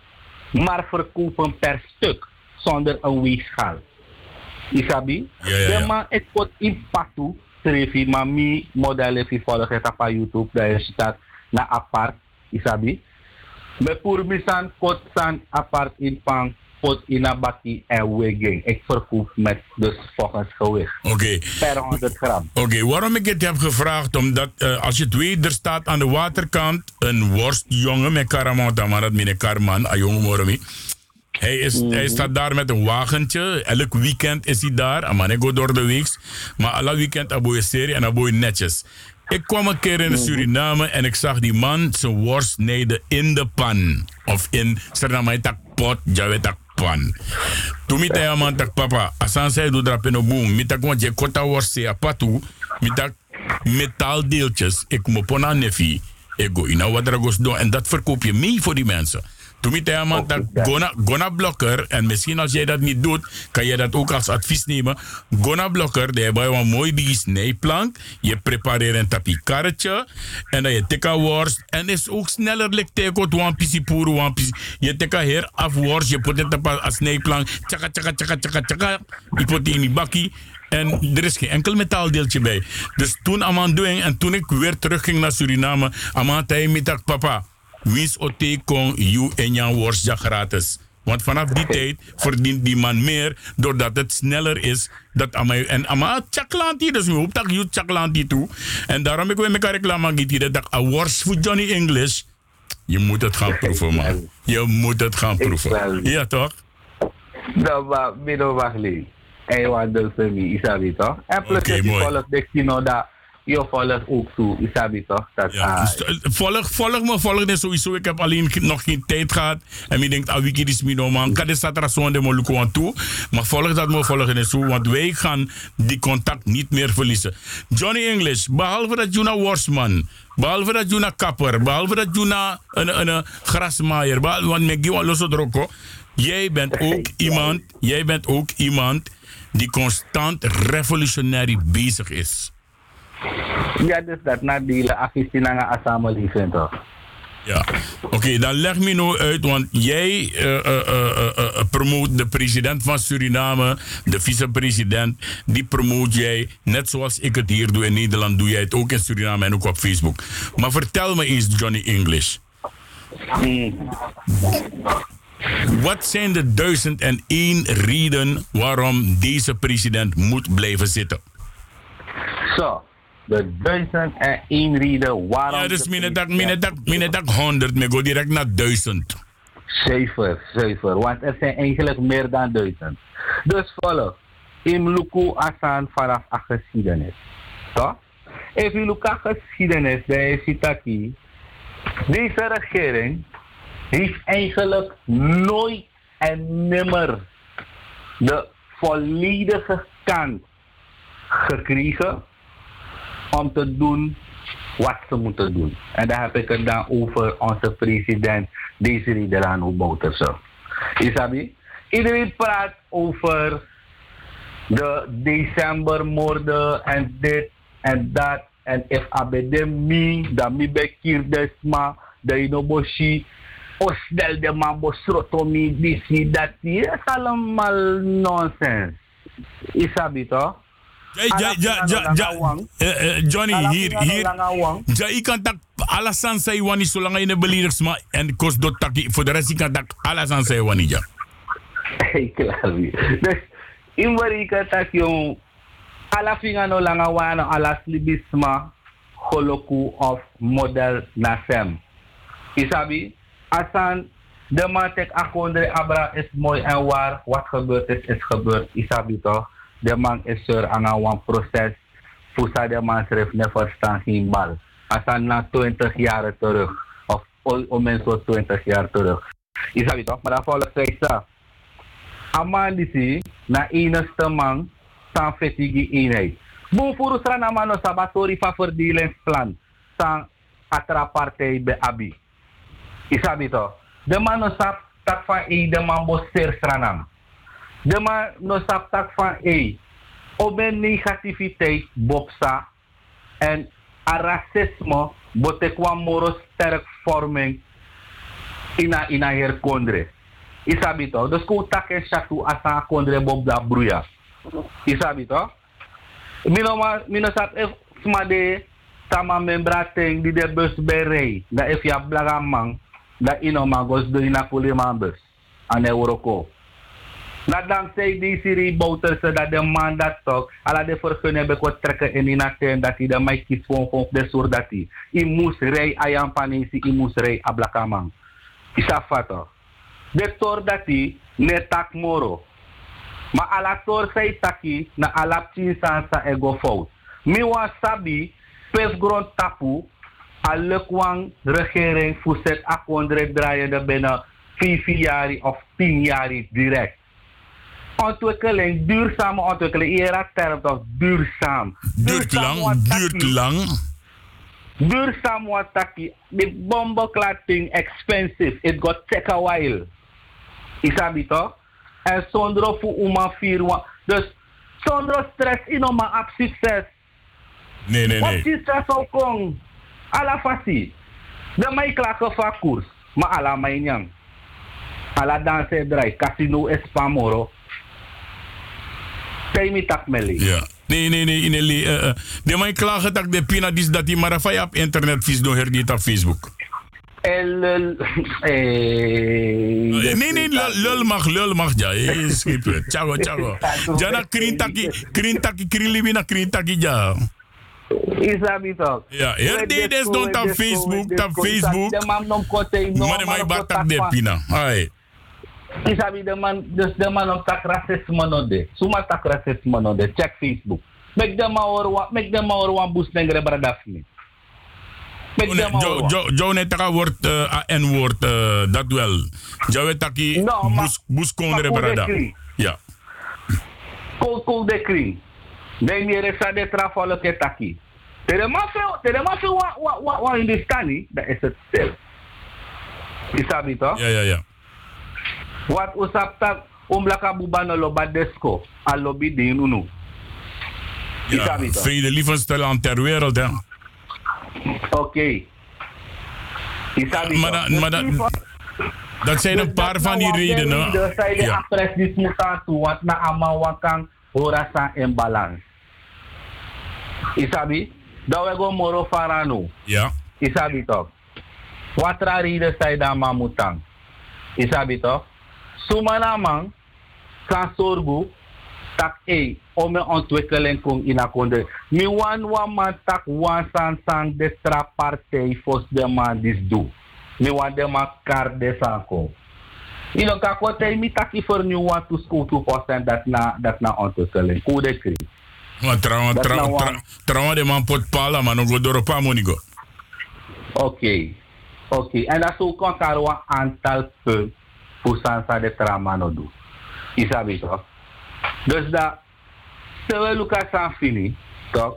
maar verkopen per stuk zonder een weegschaal. Isabi? De man het pot in patu, schreef maar mi model even volgen het op YouTube, daar is staat na apart, Isabi? Me pour misan kot san apart in pang, pot in een bakkie en weging. Ik verkoop met dus volgens gewicht. Per 100 gram. Waarom ik het heb gevraagd? Omdat als je het weet, er staat aan de waterkant een worstjongen met karamata, maar dat meneer Karman, een jonge mormi. Hij staat daar met een wagentje. Elk weekend is hij daar. Maar ik ga door de week. Maar alle weekend aboe je serie en aboe je netjes. Ik kwam een keer in Suriname en ik zag die man zijn worst snijden in de pan. Of in Suriname tak pot, jawe tak pan. Toen ik zei man tak papa, asan zei doe drap in een boom. Mitak want je kota worst se apatu. Mitak metaaldeeltjes. Ik moet pona nefi. Ik go in wat er goes doen en dat verkoop je mee voor die mensen. Toen ik zei man tak gona blokker en misschien als jij dat niet doet, kan je dat ook als advies nemen. Gona blokker, daar heb je een mooi biggie snijplank. Je prepareert een tapie karretje en dan je tikka worst en is ook sneller like teko one pisi puru one pisi. Je tikka her af worst, je put het op een snijplank. Tjaka tjaka tjaka tjaka tjaka. Je put die in die bakkie. En er is geen enkel metaaldeeltje bij. Dus toen Aman doing en toen ik weer terugging naar Suriname, Aman zei met papa, wins ote kon you en jouw worst ja gratis. Want vanaf die tijd verdient die man meer doordat het sneller is. Dat Aman en Aman chaklanti, dus we hopen dat je chaklanti toe. En daarom ik wil met elkaar reclame gieten dat een worst voor Johnny English. Je moet het gaan proeven, man. Je moet het gaan proeven. Ja, toch? Nou, maar binnen wachtelijk. En wandel voor mij, isabi toch? En plus je volgt de kino dat je volgt ook toe, isabi toch? Volg me sowieso. Ik heb alleen nog geen tijd gehad. En ik denk, wiki is mino man. Kan de satrason de moluko aan toe. Maar volg dat me volgen zo, want wij gaan die contact niet meer verliezen. Johnny English, behalve dat je een worstman, behalve dat je een kapper, behalve dat je een grasmaaier, want ik geef alles droko. Jij bent ook iemand die constant revolutionair bezig is. Ja, dus dat na die actie naar assembly vindt toch? Ja, oké, dan leg me nou uit, want jij promoot de president van Suriname, de vicepresident, die promoot jij, net zoals ik het hier doe in Nederland, doe jij het ook in Suriname en ook op Facebook. Maar vertel me eens, Johnny English. Wat zijn de 1001 redenen waarom deze president moet blijven zitten? Zo, de 1001 redenen waarom... Ja, dus minedak 100, maar go direct naar 1000. Zeker, want er zijn eigenlijk meer dan 1000. Dus volg, in Luku Asan vanaf de geschiedenis. Toch? Even Luku geschiedenis, daar zit aquí. Deze regering heeft eigenlijk nooit en nimmer de volledige kans gekregen om te doen wat ze moeten doen. En daar heb ik het dan over onze president Desiree Delano Bouterse. Isabi? Iedereen praat over de decembermoorden en dit en dat. En if abedemi, dan mi bekir desma, de inoboshi, osdel de mambo srotomi, disi, dati. Dat is allemaal nonsense. Isabi toch? Johnny, hier. Ja, ik kan tak alasan say wani zolang je believers ma en kost dot taki voor de rest ik kan tak alasan say wani ja. Klaar. Dus in waar ik tak yung ala finga no lang awan ala slibisma holoku of model nasem. Isabi, asan de matek akondre abra is mooi en waar wat gebeurd is gebeurd. Isabi toch? De man is er aan een proces. Fusa de man schreef never staan geen bal. Asan na 20 jaar terug. Of om mensen 20 jaar terug. Isabi toch? Maar dan volgt zij zo. Amandisi na enigste man san fetigi eenheid. Boom voor ons aan amano sabatori van verdelingsplan. San atra partij bij Abi. Isabi toch? De man no sap tak van de man boster stranam. De man no sap tak van oben negativiteit bopsa en a racisme botekwa moro sterk vorming ina herkondre. Isabi toch? Dus ko takken chatu asa kondre bob da bruya. Isabi toch? Mino sap if smade tama membra ting di de bus berei. Da if ya blagamang da ino magos do ina kuli mambus. Ane uroko. Na dankzij die serie bouters dat de man dat toch, ala de vergunning heb ik trekken in die ten dat hij de mij kiest voor de soort dat hij. I moest rij ayam panesi, I moest rij ablakamang. Isa fato. De tor dat hij ne tak moro. Maar ala tor say taki na ala sansa ego fout. Mi wa sabi pes grond tapu alle kwang regering fuset akondre draaien de binnen 5 jaar of 10 jaar direct. Ontwikkeling, duurzame ontwikkeling. Era term toch duurzaam. Duurt lang. Duurzaam wat taki. The bombeklating expensive. It got take a while. Isabi toch? En zonder voor uma firma. Dus zonder stress inoma op succes. Nee. Wat is stress ook kong? Ala fasi. De mij klagen van koers. Maar ala mij nyang. Ala dansen draai. Casino is pamoro. Ja. Nee. De mij klagen dat de pina is dat die marafai op internet vis door herdiet op Facebook. Nee, lul mag ja. Skip het. Ciao. Jana krintaki krilibina krintaki ja. Isabi toch? Ja, herdiet is don't op Facebook. De man nom kote. Maar mij batak de pina. Hai. Isabi de man op tak racisme node. Suma tak racisme node. Check Facebook. Make them our one boost nengre bradafni. Jou net taka woord N-woord dat wel. Jou weet taki boost kondre brada. Ja. Cool de kring. De mere sa de trafalo ke taki. Tere ma fe wa Hindustani. Dat is het stil. Isabi toch? Ja. Wat usapta umblaka bubano loba desko a lobby de unu. Ja, vrede liefenstellen ter wereld, hè. Oké. Maar dat zijn een paar van die redenen. Dat zijn de apres die wat na amawakang horasa in balans. Isabi, dat we go moro farano. Ja. Isabi toch. Wat raride zijn daar mamutang. Isabi toch. Sumanamang kan sorgu tak ome ontwikkeling kong inakonde. Mi wan man tak wan sang de stra partij fos de man dis do. Mi wan de man kar de sanko. Ino kakote mi taki for nu wan to school 2% dat na ontwikkeling. Kude kri. Maar trouwens de man pot pala man go doropa monigo. Oké. En dat is ook een karwa aantal punt voor sansa de tramano do. Isabi toch? Dus dat we Lucas aan fini, toch?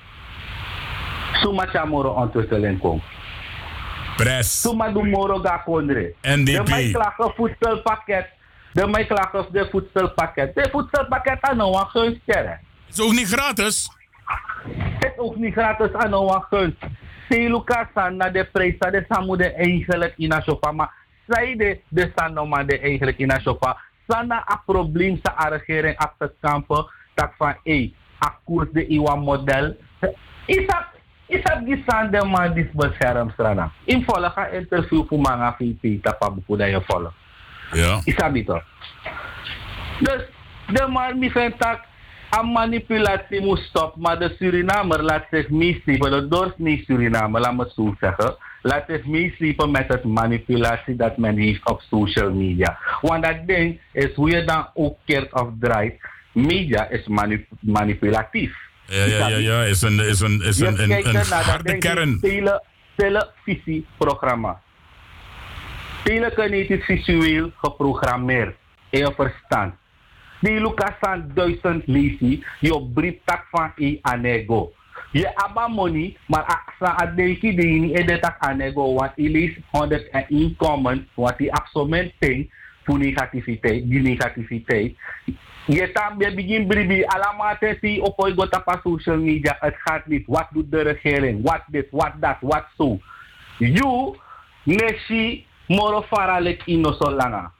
Suma chamoro ontwikkeling kom. Press. Suma du moro ga kondre. NDP. De mij klagen voedselpakket. De voedselpakket aan een gunst. Is ook niet gratis. Het is ook niet gratis aan een gunst. Si Lucas aan naar de prijs, dat samu de eigenlijk in a shopa, maar zij de sanoma de eigenlijk in a shopa. Sana a probleem sa regering op het kampen dat van a koers de iwa model. Is dat die sande man die beschermstrana. In volle ga interview voor manga VP tapabuku dat je volle. Ja. Is dat niet toch? Dus de man die vindt dat a manipulatie moet stoppen, maar de Surinamer laat zich meeslepen, de doorsnee Surinamer, laat me zo zeggen. Laat zich meeslepen met het manipulatie dat men heeft op social media. Want dat ding is hoe je dan ook keert of draait. Media is manipulatief. Ja, is een harde kern. Televisieprogramma. Telekinetisch visueel geprogrammeerd. In je verstand. Die Lucas aan 1000 lezen, je brief tak van anego. Je abba money, maar aksa adeki de ni edetak anego, want je leest 101 comments, wat die absoluut ding voor negativiteit, die negativiteit. Je tam je begin bribi, alamate si op je gota pa social media, het gaat niet, wat doet de regering, wat dit, wat dat, wat zo. You, neshi, moro faralek ino so langa.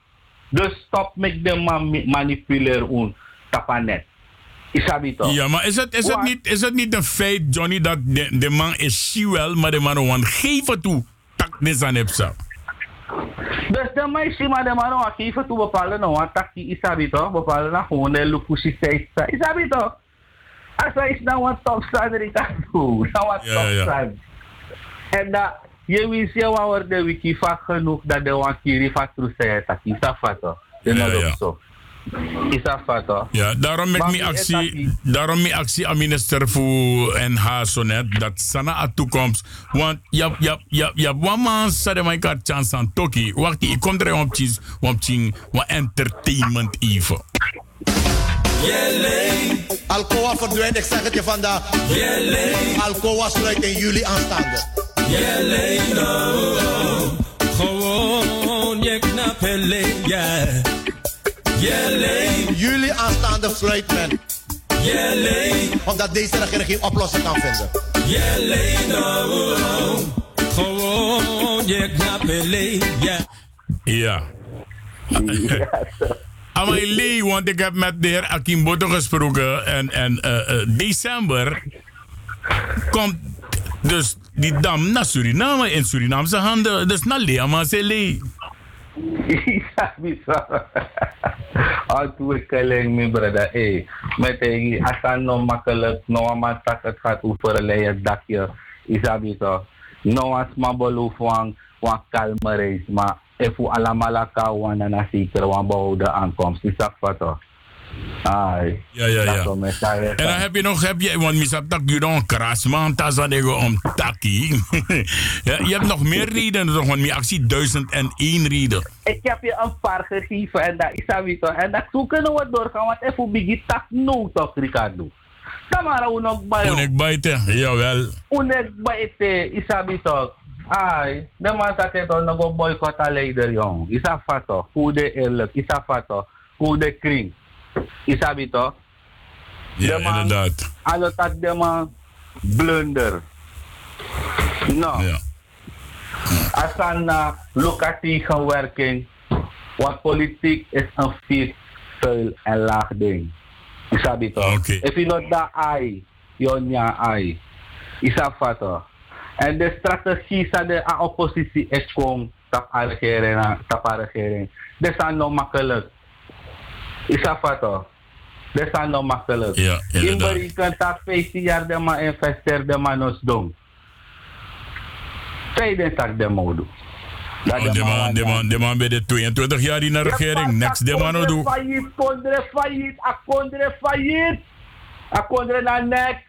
Dus stop met de manipuleren tapanet. Isabi toch? Ja, maar is het niet een feit, Johnny, dat de man is wel, maar de man gewoon geven toe. Tak nesan epsa. Dus de meisje, maar de man gewoon geven toe bepalen nou, want tak die isabi toch? Bepalen nou gewoon de lukusi steeds. Isabi toch? Als hij is nou een topstander, ik kan doen. Nou een topstander. En dat, je wist je wel de wiki vaak genoeg dat de wankiri vaak terug zei, dat is dat vato. Is dat vato? Ja, daarom maak ik actie aan minister voor en haar zonet, dat sana a toekomst. Want ja, man zei mij kan chance aan Toki. Wacht, ik kom er op entertainment even. Alcoa verdwijnt, ik zeg het je vandaag. Alcoa sluit in juli aanstaande. Gewoon je knappele, yeah. Juli aanstaande sluit men. Omdat deze regering geen oplossing kan vinden. Gewoon je knappele, yeah. Ja. Amalie, want ik heb met de heer Akim Boto gesproken en december komt dus die dam naar Suriname in Surinaamse handen. Dus naar Lea, maar ze Lee. Ja, bisa. Ontwikkeling, mijn brother. Met die asan no makkelijk, no matak het gaat over een leien dakje. Isabi toch? No as mabolo van kalme reis, maar even alamalaka wana na zeker wan behouden aankomst. Is dat wat toch? Ai. Ja. En dan heb je, want misap tak je dan krasman tazadego om taki. Je hebt nog meer redenen toch, want mijn actie 1001 reden. Ik heb je een paar gegeven en dat is dat toch. En dat zo kunnen we doorgaan, want even begint tak no toch, Ricardo. Tamara unog bayo. Unig baite, jawel. Unig baite, is dat toch. Ai, de man dat het dan nog boycott a leider, jong. Is dat wat toch? Hoe de eerlijk, is dat wat toch? Hoe de kring. Is dat toch? Ja, inderdaad. Alle dat de man blunder. Nou. Ja. Als aan lokatieve werking, want politiek is een vies, vuil en laag ding. Is dat toch? Okay. If you not that ai, jonya ai. Is dat wat toch? En de strategie van de oppositie is gewoon tap regering. Dat is nog makkelijk. Is dat wat toch? Dat is nog makkelijk. Ja, in Beriken dat 15 jaar de man investeert de man ons doen. Tweede tak de modo. De man bij de 22 jaar in de regering. Next de man doen. Akondre na next.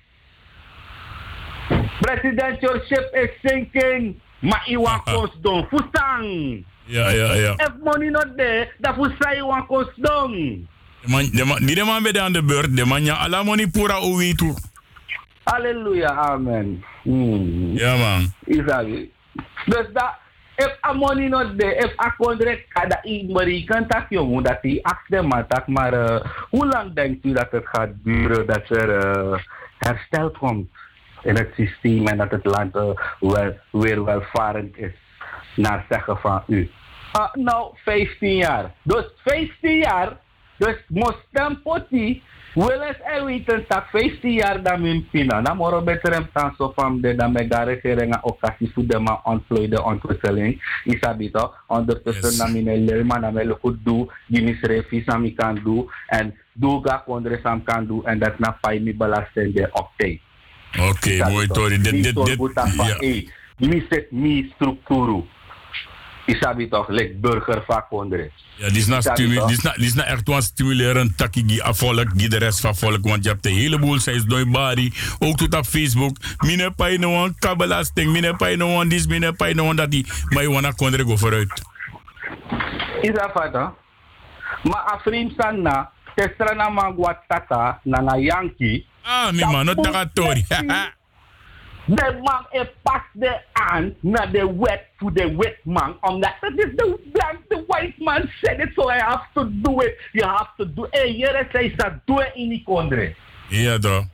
Presidentialship is sinking. Maar iwan kost doen. Fusang. Ja. If money not there, dat fusang iwan kost doen. De man bij de aan de beurt. De man ja alla money pura owi toe. Halleluja, amen. Ja man. Isabi. Dus dat, if a money not there, if Akondre kada Amerikaan tak jongen, dat die achter maar tak, maar hoe lang denkt u dat het gaat duren dat er herstel komt in het systeem en dat het land weer welvarend is, naar zeggen van u? Nou, 15 jaar. Dus 15 jaar, dus moest poti, wil eens er weten dat 15 jaar dat min pina. Dan moet je beter hem dan zo van de dan met de regering ook als je de man ontplooide ontwikkeling. Isabi toch? Ondertussen dan min lerma dan wel goed doen, die misrefies aan mij kan doen en doe ga kondre sam kan doen en dat na pay mi belasting de octane. Oké, mooi Tori. Dit Miset mi structuru. Isabi toch, like burger vakondre. Ja, dit is nou echt een stimulerend takkie die volk, die de rest van volk, want je hebt een heleboel, zij is door bari, ook tot op Facebook, mine pay no one kabelasting, mine pay no one this, mine pay no one dat die, maar je wanna kondre go vooruit. Is dat wat, hè? Maar a vriend sana, testrana mangwat taka, na Yankee. Mi man, not taka Tori. De man past de aan naar de wet voor de wit man. Omdat dat is the white man said it, so I have to do it. You have to do it. Hey, hier is dat doe in die kondre. Ja, toch.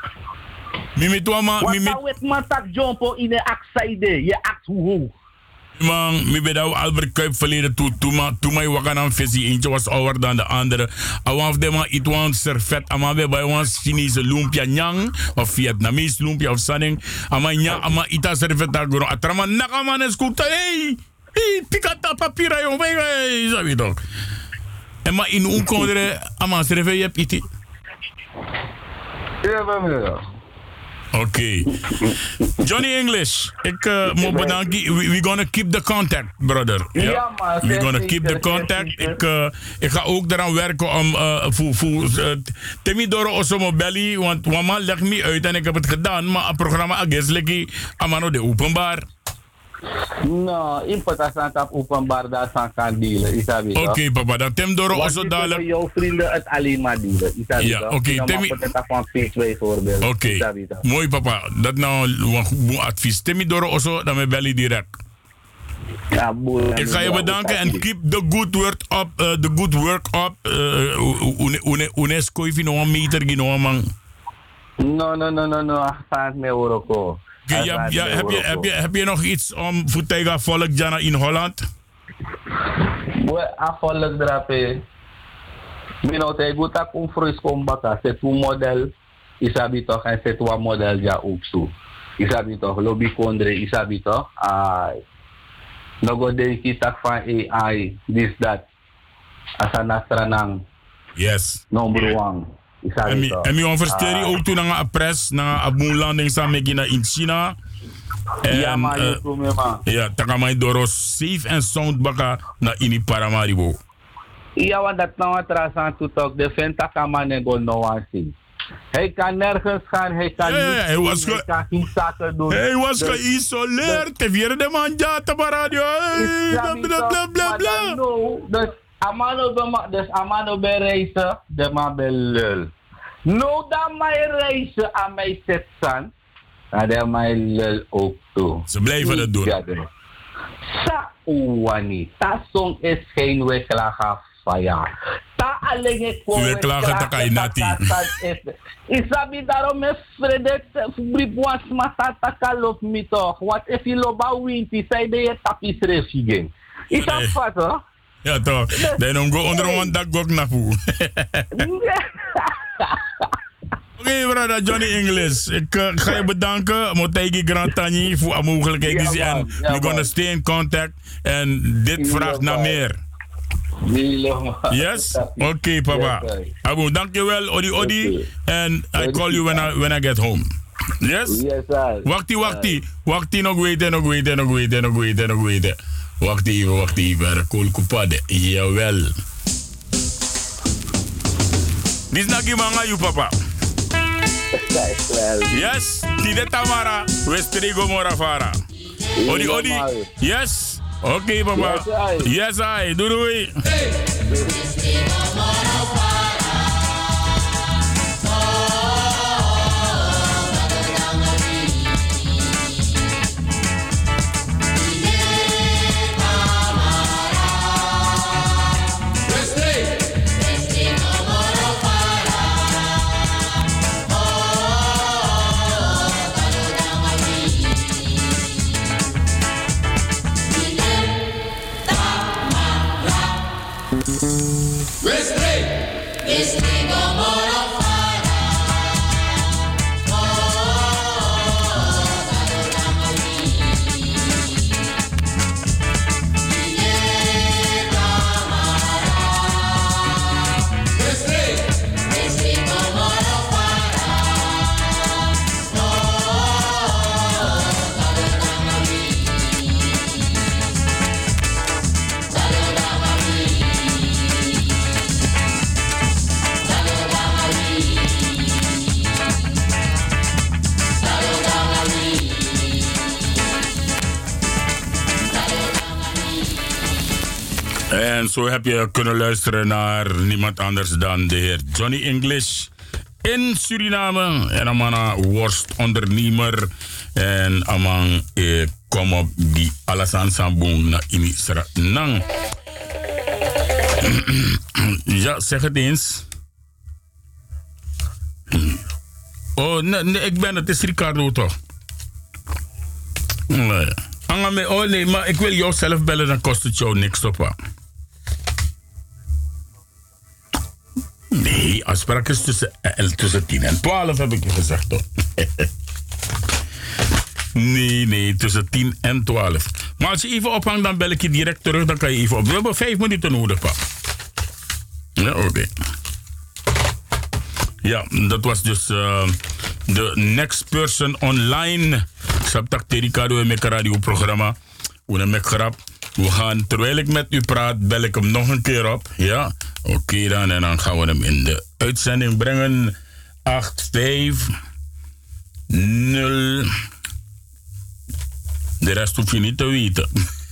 Want dat wit man tak jumpo in de aksaide. Je akt hoe hoog. Man, mi bedau Albert Kuip verleden toe mij wakker aan visie. Eentje was ouder dan de andere. Awaf de man it wan servet. Ama we bij wan Chinese lumpia nyang. Of Vietnamese lumpia of sanning. Ama nyang, ama ita servet daar goro. Atrama nakaman es kuta. Hey, pikata papira jong. Hey, sabi toch. En maar in unkondere, ama servet je hebt iti. Ja, meneer. Okay. Johnny English, ik moet bedanken. We gonna keep the contact, brother. Ja, man. We gonna keep the contact. Ik ga ook eraan werken om Temi Doro Osomo Belly, want mama legt me uit en ik heb het gedaan, maar het programma Ageslecki amano de openbaar. No, importatie op openbaar daar zijn kan dealen, isabi. Oké, papa, dat Tem Doro Oso dadelijk. Jouw vrienden het alleen maar dealen, isabi. Ja, oké. Temi. Oké, mooi papa. Dat nou een goed advies. Temi Doro Oso, dan me belly direct. Ja, boel. Ik ga je bedanken en keep the good work up. The good work up. UNESCO heeft nog een meter genomen. No. 5 euro. Heb je nog iets om voor tegen volk Jana in Holland? Volk drape. Mino te guta kom fris kom baka. C'est tout model. Isabi toch en c'est tout model ja ook zo. Isabi toch lobby kondre isabi toch. No go de kitak van AI this that. Asana stranang. Yes. Number 1. En mi onversteri ook toen naar een pres, naar een boellanding samen in China. Ja, maar je komt me man. Ja, takamai doro safe en sound baka na ini Paramaribo. Ja, want dat nou atras aan toe toch. De vent takamane go no one zien. Hij kan nergens gaan, hij kan niet kan geen zaken doen. Hij was geïsoleerd. Te vierde man ja te radio. Bla. Dus amano be reizen, de man be lul. No dan mij reizen aan mij zetten, en de mij lul ook toe. Ze blijven het doen. Sa uwani, ta song is geen weklaga faya. Ta alleen ko weklaga ta kai nati. Isabi daarom me Fredek bribuas matata kalop mi toch. Wat if je loba winti, zei de je tapis refigen. Is dat wat hoor? Ja toch, dan om go onder een dag gok na fu. Oké, brother Johnny English. Ik ga je bedanken, Motegi Grand Tani, voor de mogelijkheid. En we're gonna stay in contact. En dit vraagt naar meer. Yes? Oké, papa. Abu, dankjewel, Odi. And I call you when I get home. Yes? Yes, sir. Wakti nog weten. Wacht even. Kolkupade. Jawel. Dit is Nagi Manga, you papa. Yes, Tide Tamara, Westrigo Morafara. Odi. Yes. Oké, papa. Yes, I. Doei. En zo heb je kunnen luisteren naar niemand anders dan de heer Johnny English in Suriname. En een worstondernemer. En amang kom op die Alasan Sambung na Inisra Nang. Ja, zeg het eens. Oh, nee, ik ben het. Het is Ricardo toch? Nee. Oh nee, maar ik wil jou zelf bellen, dan kost het jou niks op. Nee, afspraak is tussen 10 en 12, heb ik je gezegd, toch? Nee, tussen 10 en 12. Maar als je even ophangt, dan bel ik je direct terug, dan kan je even op. We hebben 5 minuten nodig, pa. Ja, oké. Ja, dat was dus de Next Person Online. Sabtak Terikado en mijn radioprogramma. We gaan, terwijl ik met u praat, bel ik hem nog een keer op. Ja, oké dan. En dan gaan we hem in de uitzending brengen. 850. De rest hoef je niet te weten.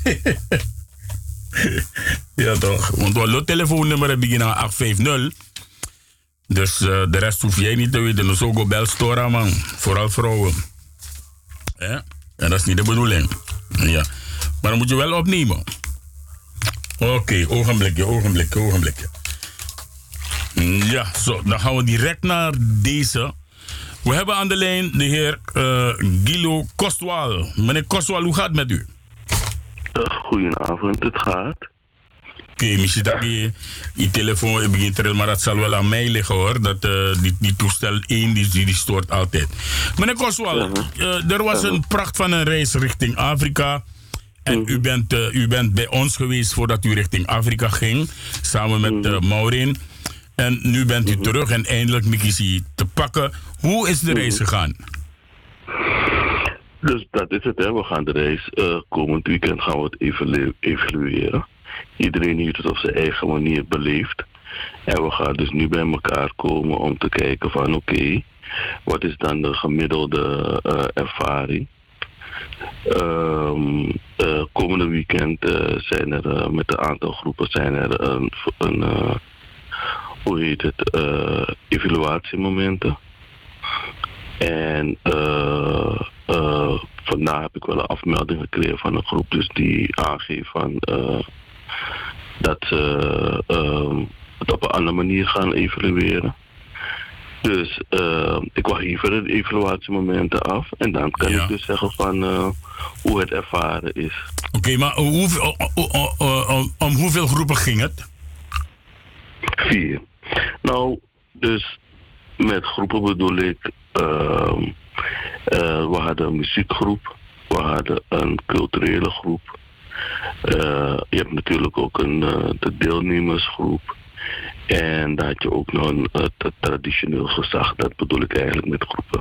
Ja toch, want we telefoonnummer heb ik 850. Dus de rest hoef jij niet te weten. Dus ook op Belstora, man. Vooral vrouwen. Ja? En dat is niet de bedoeling. Ja. Maar dan moet je wel opnemen. Oké, ogenblikje. Ja, zo. Dan gaan we direct naar deze. We hebben aan de lijn de heer Guido Kostwal. Meneer Kostwal, hoe gaat het met u? Goedenavond, het gaat. Oké, misschien dat die telefoon begint te maar dat zal wel aan mij liggen hoor. Dat die toestel 1 die stoort altijd. Meneer Kostwal, er was een pracht van een reis richting Afrika. En u bent bij ons geweest voordat u richting Afrika ging. Samen met Maureen. En nu bent u terug en eindelijk Mikisi te pakken. Hoe is de reis gegaan? Dus dat is het, hè. We gaan de reis komend weekend gaan we het evalueren. Iedereen heeft het op zijn eigen manier beleefd. En we gaan dus nu bij elkaar komen om te kijken van oké, wat is dan de gemiddelde ervaring? Komende weekend zijn er met een aantal groepen evaluatiemomenten. En vandaag heb ik wel een afmelding gekregen van een groep dus die aangeeft van dat ze het op een andere manier gaan evalueren. Dus ik wacht hier de evaluatiemomenten af en dan kan ik dus zeggen van hoe het ervaren is. Oké, maar om hoeveel groepen ging het? 4. Nou, dus met groepen bedoel ik, we hadden een muziekgroep, we hadden een culturele groep. Je hebt natuurlijk ook de deelnemersgroep. En daar had je ook nog een traditioneel gezag. Dat bedoel ik eigenlijk met groepen.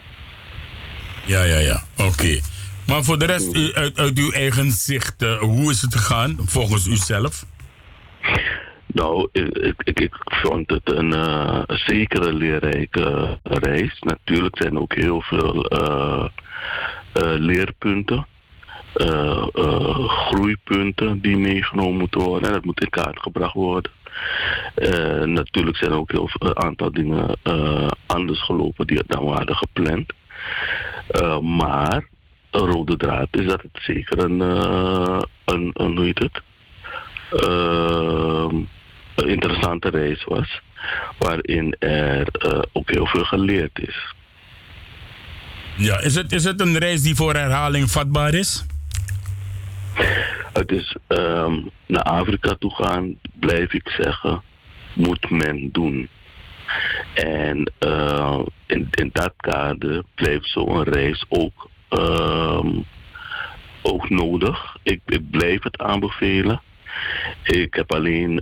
Ja. Oké. Maar voor de rest, uit uw eigen zicht, hoe is het gegaan volgens u zelf? Nou, ik vond het een zekere leerrijke reis. Natuurlijk zijn er ook heel veel leerpunten. Groeipunten die meegenomen moeten worden. En dat moet in kaart gebracht worden. Natuurlijk zijn er ook heel veel aantal dingen anders gelopen die dan waren gepland. Maar een rode draad is dat het zeker een interessante reis was. Waarin er ook heel veel geleerd is. Ja, is het een reis die voor herhaling vatbaar is? Het is naar Afrika toe gaan, blijf ik zeggen, moet men doen. En in dat kader blijft zo'n reis ook nodig. Ik blijf het aanbevelen. Ik heb alleen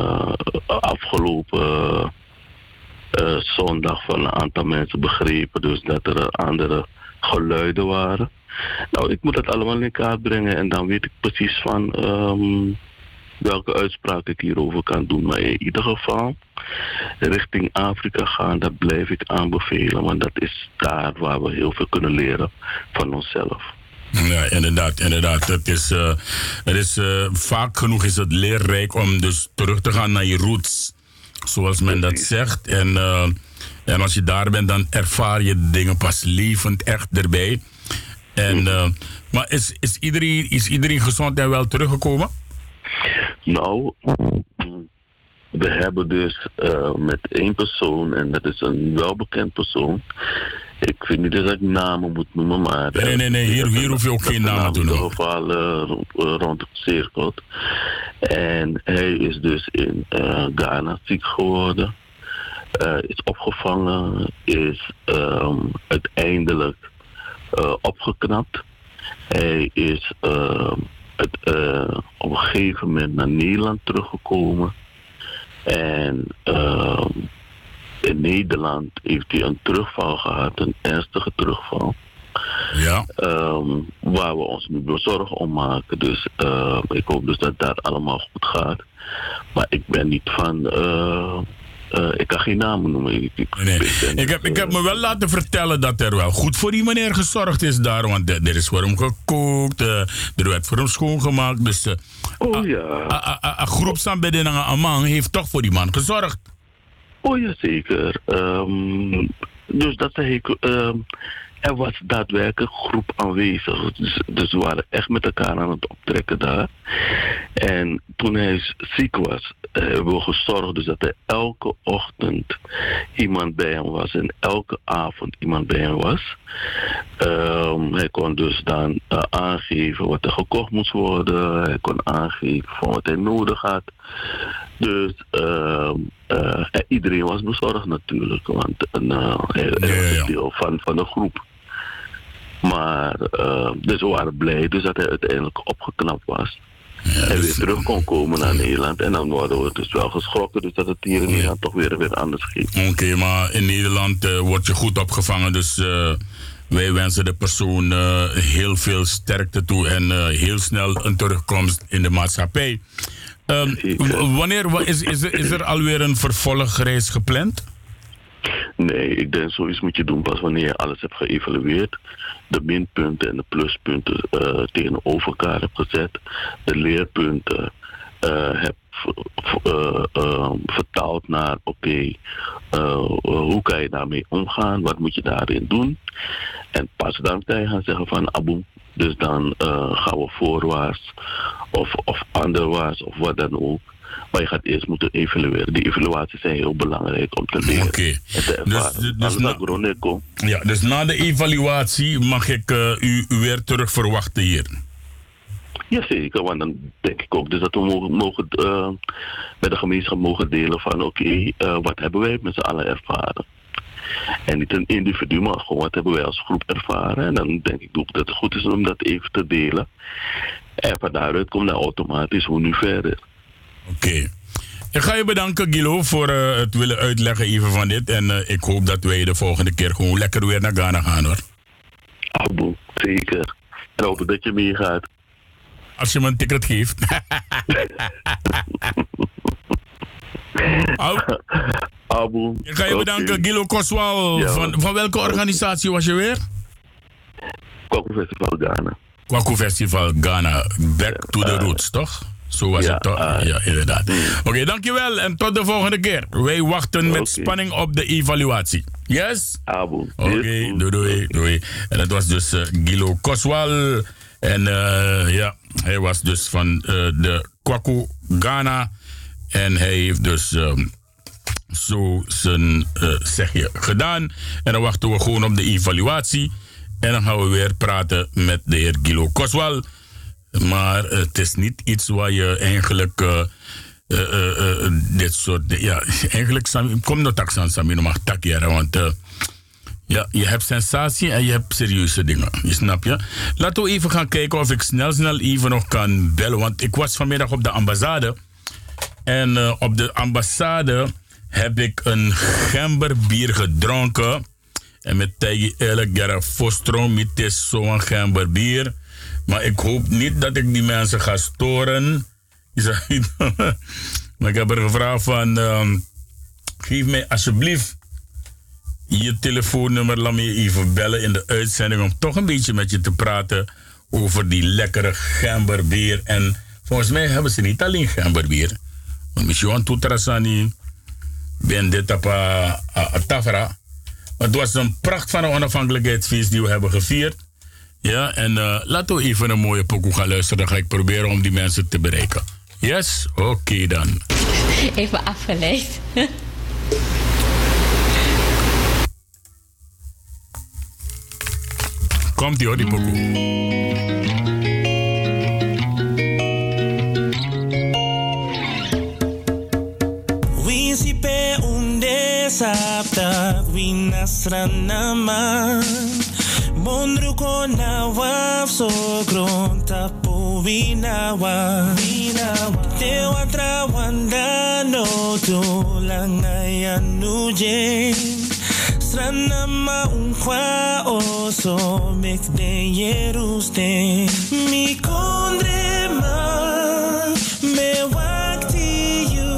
afgelopen zondag van een aantal mensen begrepen dus dat er andere geluiden waren. Nou, ik moet dat allemaal in kaart brengen en dan weet ik precies van welke uitspraak ik hierover kan doen. Maar in ieder geval, richting Afrika gaan, dat blijf ik aanbevelen. Want dat is daar waar we heel veel kunnen leren van onszelf. Ja, inderdaad. Het is vaak genoeg is het leerrijk om dus terug te gaan naar je roots. Zoals men dat zegt. En als je daar bent, dan ervaar je dingen pas levend echt erbij. Maar is iedereen gezond en wel teruggekomen? Nou, we hebben dus met één persoon, en dat is een welbekend persoon, Ik vind niet dat ik namen moet noemen, maar... Nee, hier hoef je ook geen namen te noemen. In ieder geval rondgecirkeld. En hij is dus in Ghana ziek geworden. Is opgevangen, is uiteindelijk opgeknapt. Hij is op een gegeven moment naar Nederland teruggekomen. En in Nederland heeft hij een terugval gehad, een ernstige terugval. Ja. Waar we ons nu bezorgd om maken. Dus ik hoop dus dat dat allemaal goed gaat. Maar ik ben niet van... ik kan geen namen noemen. Ik heb me wel laten vertellen dat er wel goed voor die meneer gezorgd is daar. Want er is voor hem gekookt, er werd voor hem schoongemaakt. Dus een groepsaanbidding aan Amang heeft toch voor die man gezorgd. Oh ja, zeker. Dus dat zeg ik... er was daadwerkelijk een groep aanwezig. Dus we waren echt met elkaar aan het optrekken daar. En toen hij ziek was, hebben we gezorgd dus dat er elke ochtend iemand bij hem was. En elke avond iemand bij hem was. Hij kon dus dan aangeven wat er gekocht moest worden. Hij kon aangeven van wat hij nodig had. Dus iedereen was bezorgd natuurlijk. Want hij was een deel van de groep. Maar dus we waren blij dus dat hij uiteindelijk opgeknapt was. En weer terug kon komen naar Nederland. En dan worden we dus wel geschrokken. Dus dat het hier in Nederland toch weer anders ging. Oké, maar in Nederland word je goed opgevangen. Dus wij wensen de persoon heel veel sterkte toe. En heel snel een terugkomst in de maatschappij. Wanneer is er alweer een vervolgreis gepland? Nee, ik denk zoiets moet je doen pas wanneer je alles hebt geëvalueerd. De minpunten en de pluspunten tegenover elkaar hebt gezet. De leerpunten hebt vertaald naar hoe kan je daarmee omgaan? Wat moet je daarin doen? En pas dan kan je gaan zeggen van Abu, dus dan gaan we voorwaarts of anderwaarts of wat dan ook. Maar je gaat eerst moeten evalueren. Die evaluaties zijn heel belangrijk om te leren. Oké. Dus na de evaluatie mag ik u weer terug verwachten hier? Jazeker, want dan denk ik ook dus dat we mogen met de gemeenschap mogen delen van wat hebben wij met z'n allen ervaren. En niet een individu, maar gewoon wat hebben wij als groep ervaren. En dan denk ik ook dat het goed is om dat even te delen. En van daaruit komt dan automatisch hoe nu verder. Oké. Ik ga je bedanken, Gilo, voor het willen uitleggen even van dit. En ik hoop dat wij de volgende keer gewoon lekker weer naar Ghana gaan, hoor. Abu, zeker. En hoop dat je meegaat. Als je me een ticket geeft. Abu. Ik ga je bedanken, Gilo Koswal. Ja. Van welke organisatie was je weer? Kwaku Festival Ghana. Kwaku Festival Ghana. Back to the roots, toch? Zo was het toch? Ja, inderdaad. Oké, dankjewel en tot de volgende keer. Wij wachten met spanning op de evaluatie. Yes? Oké, doei. En dat was dus Gilo Koswal. En hij was dus van de Kwaku Ghana. En hij heeft dus zo zijn zegje gedaan. En dan wachten we gewoon op de evaluatie. En dan gaan we weer praten met de heer Gilo Koswal. Maar het is niet iets waar je eigenlijk dit soort... eigenlijk kom nog tax aan Samino mag takjeren. Want je hebt sensatie en je hebt serieuze dingen. Je snap je? Laten we even gaan kijken of ik snel even nog kan bellen. Want ik was vanmiddag op de ambassade. En op de ambassade heb ik een gemberbier gedronken. En met tegen eerlijk Gerard Vostrom, het is zo'n gemberbier. Maar ik hoop niet dat ik die mensen ga storen. Maar ik heb er gevraagd van... geef mij alsjeblieft je telefoonnummer. Laat me je even bellen in de uitzending... om toch een beetje met je te praten... over die lekkere gemberbier. En volgens mij hebben ze niet alleen gemberbier. Want misschien toetrasani... ben dit op Tafra. Maar het was een pracht van een onafhankelijkheidsfeest... die we hebben gevierd. Ja, en laten we even een mooie pokoe gaan luisteren. Dan ga ik proberen om die mensen te bereiken. Yes? Oké dan. Even afgeleid. Komt-ie hoor, die pokoe. Wisipe unde sapta winasranama Mondruko na waf so gronta po winawa Te watra wanda no tulang ayanu jen Sranama unkwa oso mek de yeruste Mi kondrema me wakti you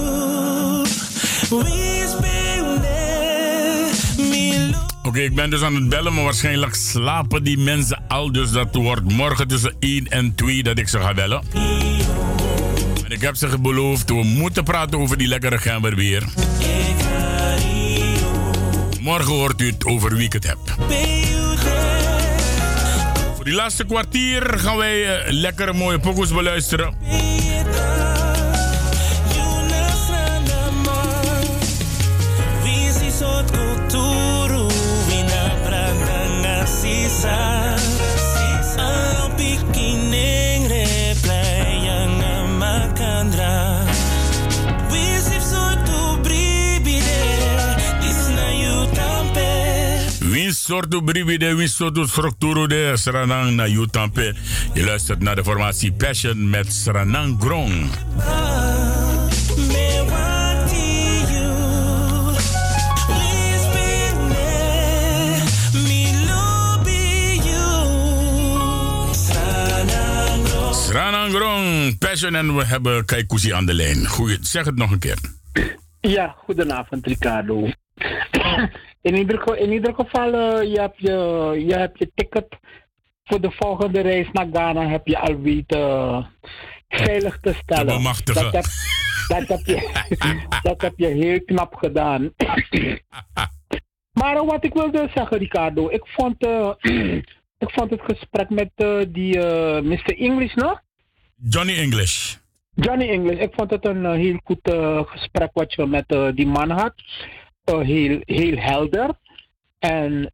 Oké, ik ben dus aan het bellen, maar waarschijnlijk slapen die mensen al. Dus dat wordt morgen tussen 1 en 2 dat ik ze ga bellen. En ik heb ze beloofd, we moeten praten over die lekkere gember weer. Morgen hoort u het over wie ik het heb. Voor die laatste kwartier gaan wij lekkere mooie pokoes beluisteren. Sortu bribide, win sortu structuro de Sranang na Yutampe. Je luistert naar de formatie Passion met Sranang Grong. Sranang Grong, Passion en we hebben Kaikousi aan de lijn. Goeie, zeg het nog een keer. Ja, goedenavond Ricardo. In ieder geval, je hebt je ticket voor de volgende reis naar Ghana heb je al weten veilig te stellen. Dat heb je heel knap gedaan. Maar wat ik wilde zeggen, Ricardo, ik vond het gesprek met die Mr. English, no? Johnny English. Johnny English, ik vond het een heel goed gesprek wat je met die man had. Heel helder. En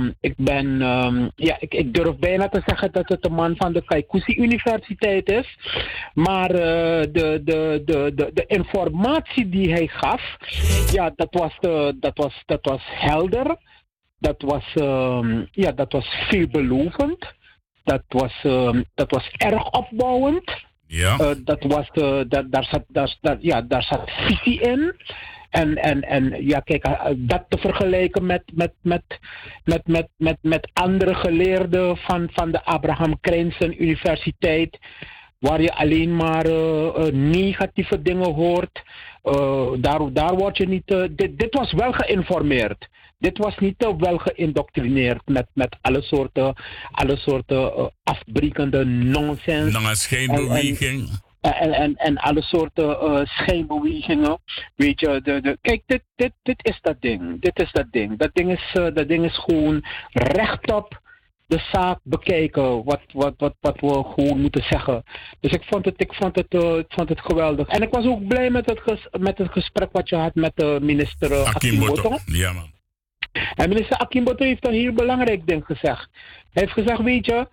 ik durf bijna te zeggen dat het een man van de Kaikousi Universiteit is. Maar de informatie die hij gaf, ja, dat was helder. Dat was veelbelovend. Dat was erg opbouwend. Ja. Daar zat visie in. En ja, kijk, dat te vergelijken met andere geleerden van de Abraham Krijnsen Universiteit, waar je alleen maar negatieve dingen hoort, daar word je niet. Dit was wel geïnformeerd. Dit was niet wel geïndoctrineerd met alle soorten afbrekende nonsens. Lange schijnbeweging. En alle soorten schijnbewegingen. Weet je, kijk, dit is dat ding. Dat ding is gewoon rechtop de zaak bekijken. Wat we gewoon moeten zeggen. Dus ik vond het geweldig. En ik was ook blij met het gesprek wat je had met minister Akimboto. Ja, man. En minister Akimboto heeft een heel belangrijk ding gezegd. Hij heeft gezegd, weet je,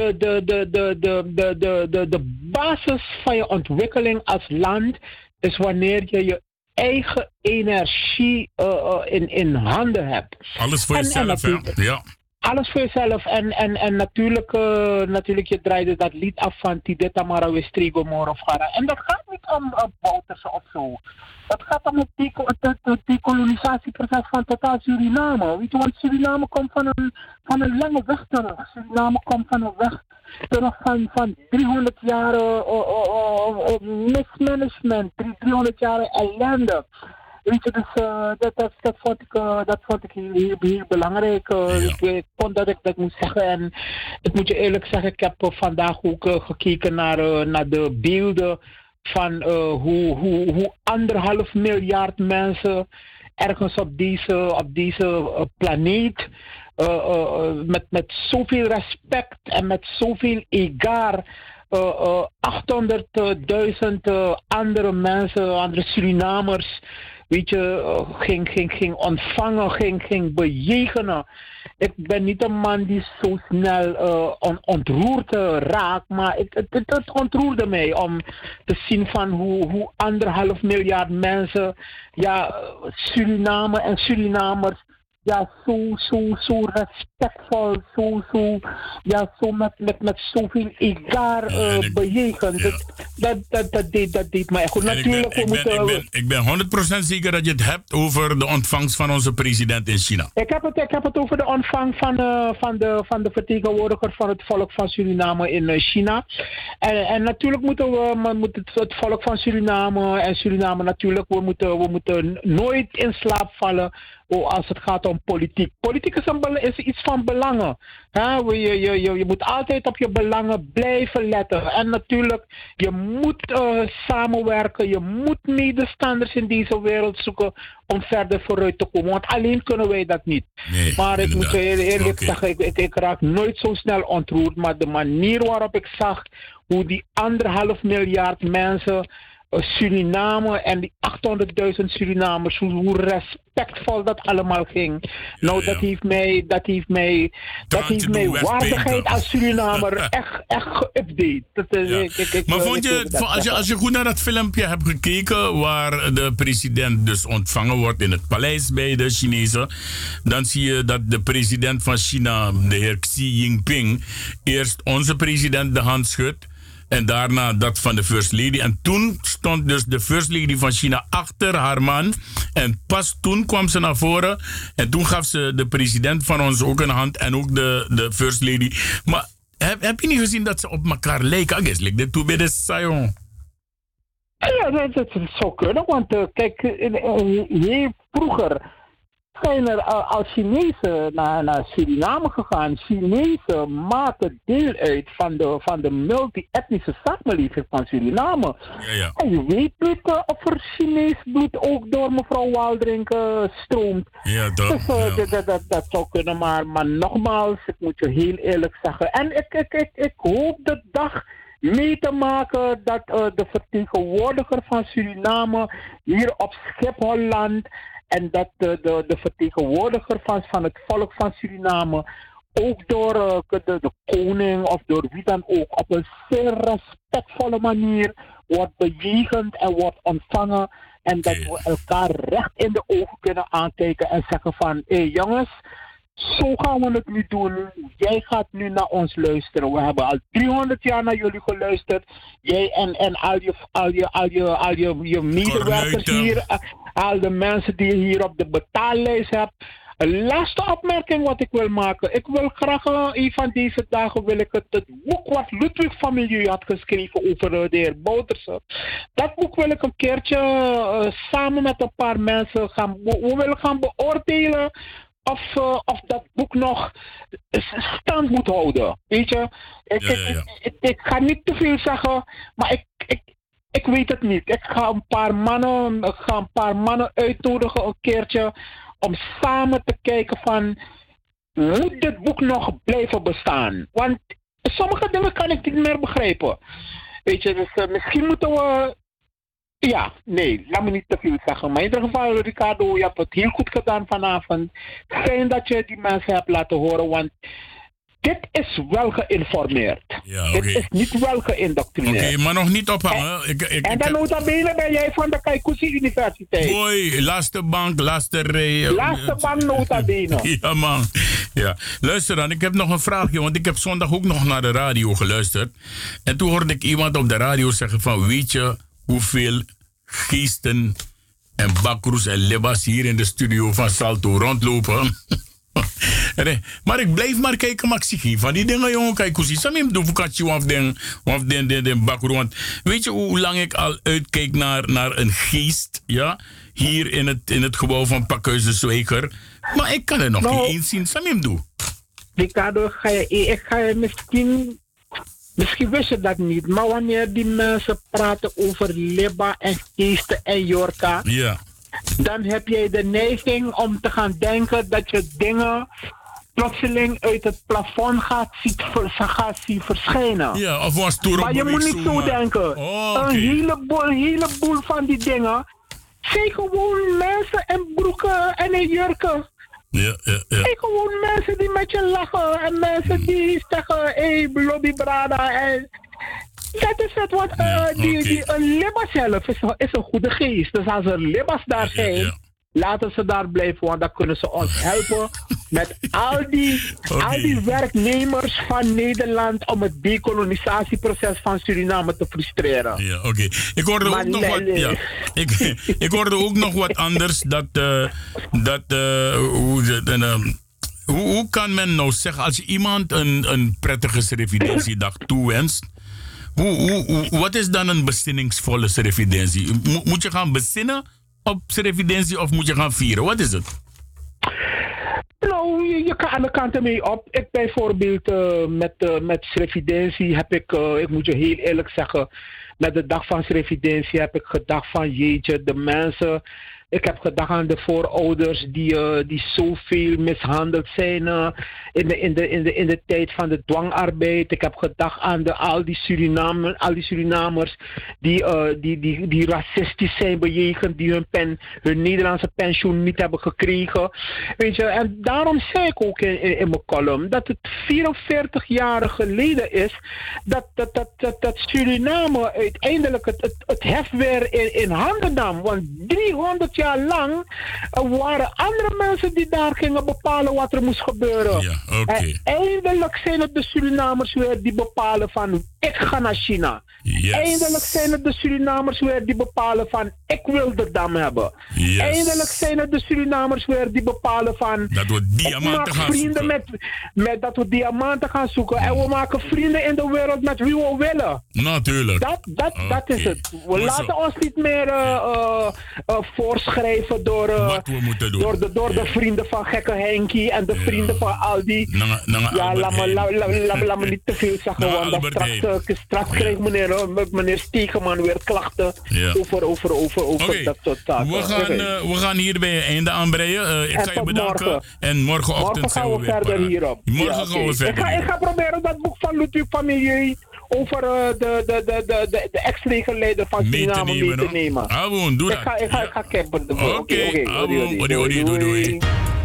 de basis van je ontwikkeling als land is wanneer je je eigen energie in handen hebt. Alles voor jezelf, hè? Ja. Alles voor jezelf. En natuurlijk, je draaide dat lied af van Tideta Mara Westrigo Moro of Gara. En dat gaat niet om Bouterse of zo. Dat gaat om het decolonisatieproces van totaal Suriname. Weet je, want Suriname komt van een lange weg terug. Suriname komt van een weg terug van 300 jaar mismanagement, 300 jaar ellende. Weet je, dus dat vond ik heel belangrijk. Ik vond dat ik dat moest zeggen. En ik moet je eerlijk zeggen, ik heb vandaag ook gekeken naar de beelden van hoe 1,5 miljard mensen ergens op deze planeet met zoveel respect en met zoveel egaar 800.000 andere mensen, andere Surinamers weet je, ging ontvangen, ging bejegenen. Ik ben niet een man die zo snel ontroerd raakt, maar het ontroerde mij om te zien van hoe 1,5 miljard mensen, ja, Suriname en Surinamers, ja, zo respectvol, zo met zoveel egaar bejegend. Dat deed mij goed. Natuurlijk, ik ben 100% zeker dat je het hebt over de ontvangst van onze president in China. Ik heb het over de ontvang van de vertegenwoordiger van het volk van Suriname in China. En natuurlijk moet het volk van Suriname en Suriname natuurlijk, we moeten nooit in slaap vallen als het gaat om politiek. Politiek is iets van belangen. Je moet altijd op je belangen blijven letten. En natuurlijk, je moet samenwerken. Je moet medestanders in deze wereld zoeken om verder vooruit te komen. Want alleen kunnen wij dat niet. Nee, maar ik moet eerlijk zeggen, ik raak nooit zo snel ontroerd. Maar de manier waarop ik zag hoe die 1,5 miljard mensen, Suriname en die 800.000 Surinamers, hoe respectvol dat allemaal ging. Nou, dat heeft mij waardigheid als Surinamer echt geüpdate. Maar vond je, als je goed naar dat filmpje hebt gekeken, waar de president dus ontvangen wordt in het paleis bij de Chinezen, dan zie je dat de president van China, de heer Xi Jinping, eerst onze president de hand schudt. En daarna dat van de First Lady. En toen stond dus de First Lady van China achter haar man. En pas toen kwam ze naar voren. En toen gaf ze de president van ons ook een hand. En ook de First Lady. Maar heb je niet gezien dat ze op elkaar lijken? Eigenlijk, de twee bij de sayon. Ja, dat zou kunnen. Want kijk, heel vroeger zijn er als Chinezen naar Suriname gegaan. Chinezen maken deel uit van de multi-etnische samenleving van Suriname. Ja. En je weet niet of er Chinees bloed ook door mevrouw Waldrink stroomt. Ja, dus, dat zou kunnen, maar nogmaals, ik moet je heel eerlijk zeggen. En ik hoop de dag mee te maken dat de vertegenwoordiger van Suriname hier op Schiphol landt. En dat de vertegenwoordiger van het volk van Suriname ook door de koning of door wie dan ook op een zeer respectvolle manier wordt bejegend en wordt ontvangen. En dat we elkaar recht in de ogen kunnen aankijken en zeggen van, hé jongens, zo gaan we het nu doen. Jij gaat nu naar ons luisteren. We hebben al 300 jaar naar jullie geluisterd. Jij en al je medewerkers hier. Al de mensen die je hier op de betaallijst hebt. Een laatste opmerking wat ik wil maken. Ik wil graag een van deze dagen wil ik het boek wat Ludwig van Milieu had geschreven over de heer Bouterse. Dat boek wil ik een keertje samen met een paar mensen we willen gaan beoordelen of dat boek nog stand moet houden. Weet je? Ik ga niet te veel zeggen, maar ik weet het niet. Ik ga een paar mannen uitnodigen een keertje om samen te kijken van, moet dit boek nog blijven bestaan? Want sommige dingen kan ik niet meer begrijpen. Weet je, dus misschien moeten we... Ja, nee, laat me niet te veel zeggen. Maar in ieder geval, Ricardo, je hebt het heel goed gedaan vanavond. Fijn dat je die mensen hebt laten horen, want dit is wel geïnformeerd. Ja, dit is niet wel geïndoctrineerd. Oké, maar nog niet ophangen. En dan nota bene ben jij van de Kaikousi Universiteit. Mooi, laatste bank, laatste rij. Laatste bank nota bene. Ja man. Ja. Luister dan, ik heb nog een vraagje. Want ik heb zondag ook nog naar de radio geluisterd. En toen hoorde ik iemand op de radio zeggen van, weet je hoeveel geesten en bakroes en lebas hier in de studio van Salto rondlopen? Maar ik blijf maar kijken, maar ik zie van die dingen, jongen. Kijk, hoe zie je de vakantie of den bakroes? Want weet je hoe lang ik al uitkijk naar een geest, ja? Hier in het gebouw van Pakhuis de Zwijger. Maar ik kan er nog niet eens zien. Samim doe. Ricardo, ik ga je misschien wist je dat niet, maar wanneer die mensen praten over Leba en geesten en Jorka, ja, dan heb jij de neiging om te gaan denken dat je dingen plotseling uit het plafond gaat zien verschijnen. Ja, of was maar je moet niet zo denken. Een heleboel van die dingen Kijk gewoon mensen in broeken en in jurken. Ja. Kijk gewoon mensen die met je lachen en mensen die zeggen, hey, lobby brada. En dat is het wat een libas zelf is een goede geest. Dus als er libas daar zijn, laten ze daar blijven, want dan kunnen ze ons helpen met al die werknemers van Nederland om het decolonisatieproces van Suriname te frustreren. Ja, oké. Ik hoorde ook nog wat. Ja. Ik hoorde ook nog wat anders. Hoe kan men nou zeggen, als je iemand een prettige Srevidentiedag toewenst, wat is dan een bezinningsvolle Srevidentie? Moet je gaan bezinnen op Srevidentie of moet je gaan vieren? Wat is het? Nou, je kan aan de kanten mee op. Ik bijvoorbeeld met Srevidentie heb ik moet je heel eerlijk zeggen, met de dag van Srevidentie heb ik gedacht van jeetje, de mensen. Ik heb gedacht aan de voorouders die zoveel mishandeld zijn in de tijd van de dwangarbeid. Ik heb gedacht aan al die Surinamers die racistisch zijn bejegend, die hun Nederlandse pensioen niet hebben gekregen. Weet je, en daarom zei ik ook in mijn column dat het 44 jaar geleden is dat Suriname uiteindelijk het heft weer in handen nam. Want 300 jaar lang waren andere mensen die daar gingen bepalen wat er moest gebeuren. Ja, okay. En eindelijk zijn het de Surinamers weer die bepalen van ik ga naar China. Yes. Eindelijk zijn het de Surinamers weer die bepalen van ik wil de dam hebben. Yes. Eindelijk zijn het de Surinamers weer die bepalen van dat we diamanten gaan vrienden zoeken. Dat we diamanten gaan zoeken. En we maken vrienden in de wereld met wie we willen. Natuurlijk. Dat is het. We laten ons niet meer voorschrijven door de vrienden van Gekke Henkie en de vrienden van Aldi. Laat me niet te veel zeggen, want straks krijgt meneer Stegeman weer klachten over dat soort zaken. We gaan hierbij een einde aanbreien. Ik ga je bedanken. Morgen. En morgenochtend gaan we verder hierop. Morgen gaan we verder. Ik ga proberen dat boek van Ludwig van Milieu over de ex-legerleider van Suriname mee te nemen. Abon, doe dat. Ik ga campen. Oké, doei.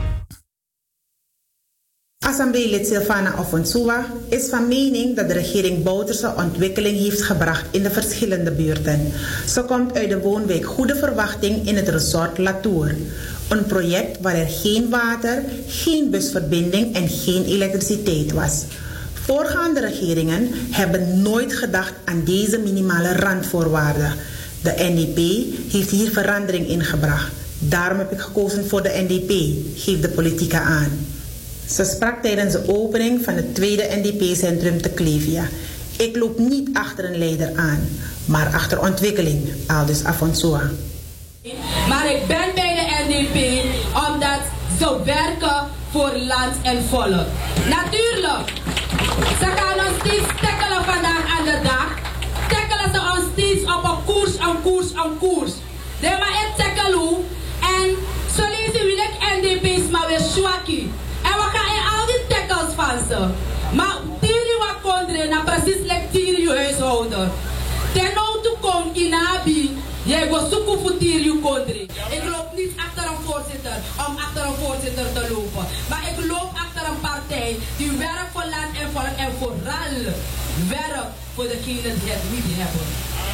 Assembleelid Silvana Ofonsuwa is van mening dat de regering Bouterse ontwikkeling heeft gebracht in de verschillende buurten. Ze komt uit de woonwijk Goede Verwachting in het resort Latour. Een project waar er geen water, geen busverbinding en geen elektriciteit was. Voorgaande regeringen hebben nooit gedacht aan deze minimale randvoorwaarden. De NDP heeft hier verandering in gebracht. Daarom heb ik gekozen voor de NDP, geeft de politica aan. Ze sprak tijdens de opening van het tweede NDP-centrum te Klevia. Ik loop niet achter een leider aan, maar achter ontwikkeling, aldus Afonsua. Maar ik ben bij de NDP omdat ze werken voor land en volk. Natuurlijk, ze gaan ons steeds tackelen vandaag aan de dag. Tackelen ze ons steeds op een koers. Nee, maar ik tackle hoe. En zo lezen wil ik NDP's maar weer swakkie. En we gaan in al die tackles van ze. Maar tiri wat kondre, na precies like tiri huishouden. Ten auto komt in Abi, jij gaat zoeken voor tiri kondre. Ik loop niet achter een voorzitter om achter een voorzitter te lopen. Maar ik loop achter een partij die werkt voor land en volk en vooral werkt voor degenen die het niet hebben.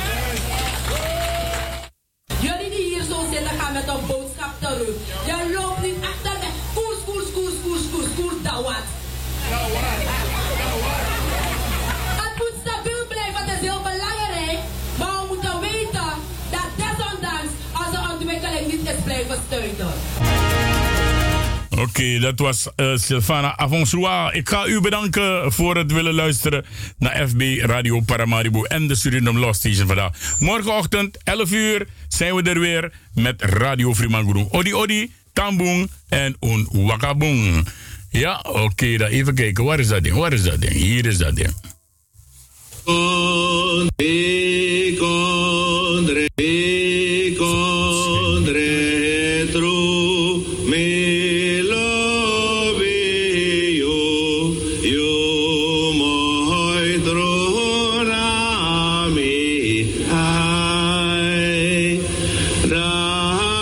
Jullie die hier zo zitten gaan met een boodschap terug. Je loopt niet achter de koers, dat wat. Het moet stabiel blijven, het is heel belangrijk. Maar we moeten weten dat desondanks onze ontwikkeling niet is blijven stuiten. Oké, dat was Silvana Afonsua. Ik ga u bedanken voor het willen luisteren naar FB Radio Paramaribo en de Suriname Lost Station vandaag. Morgenochtend, 11 uur, zijn we er weer met Radio Fremanguru. Odi, Tambung en Un Wakabung. Ja, oké, dan even kijken. Waar is dat ding? Hier is dat ding. Ra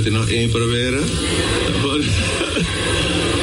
u nog één proberen?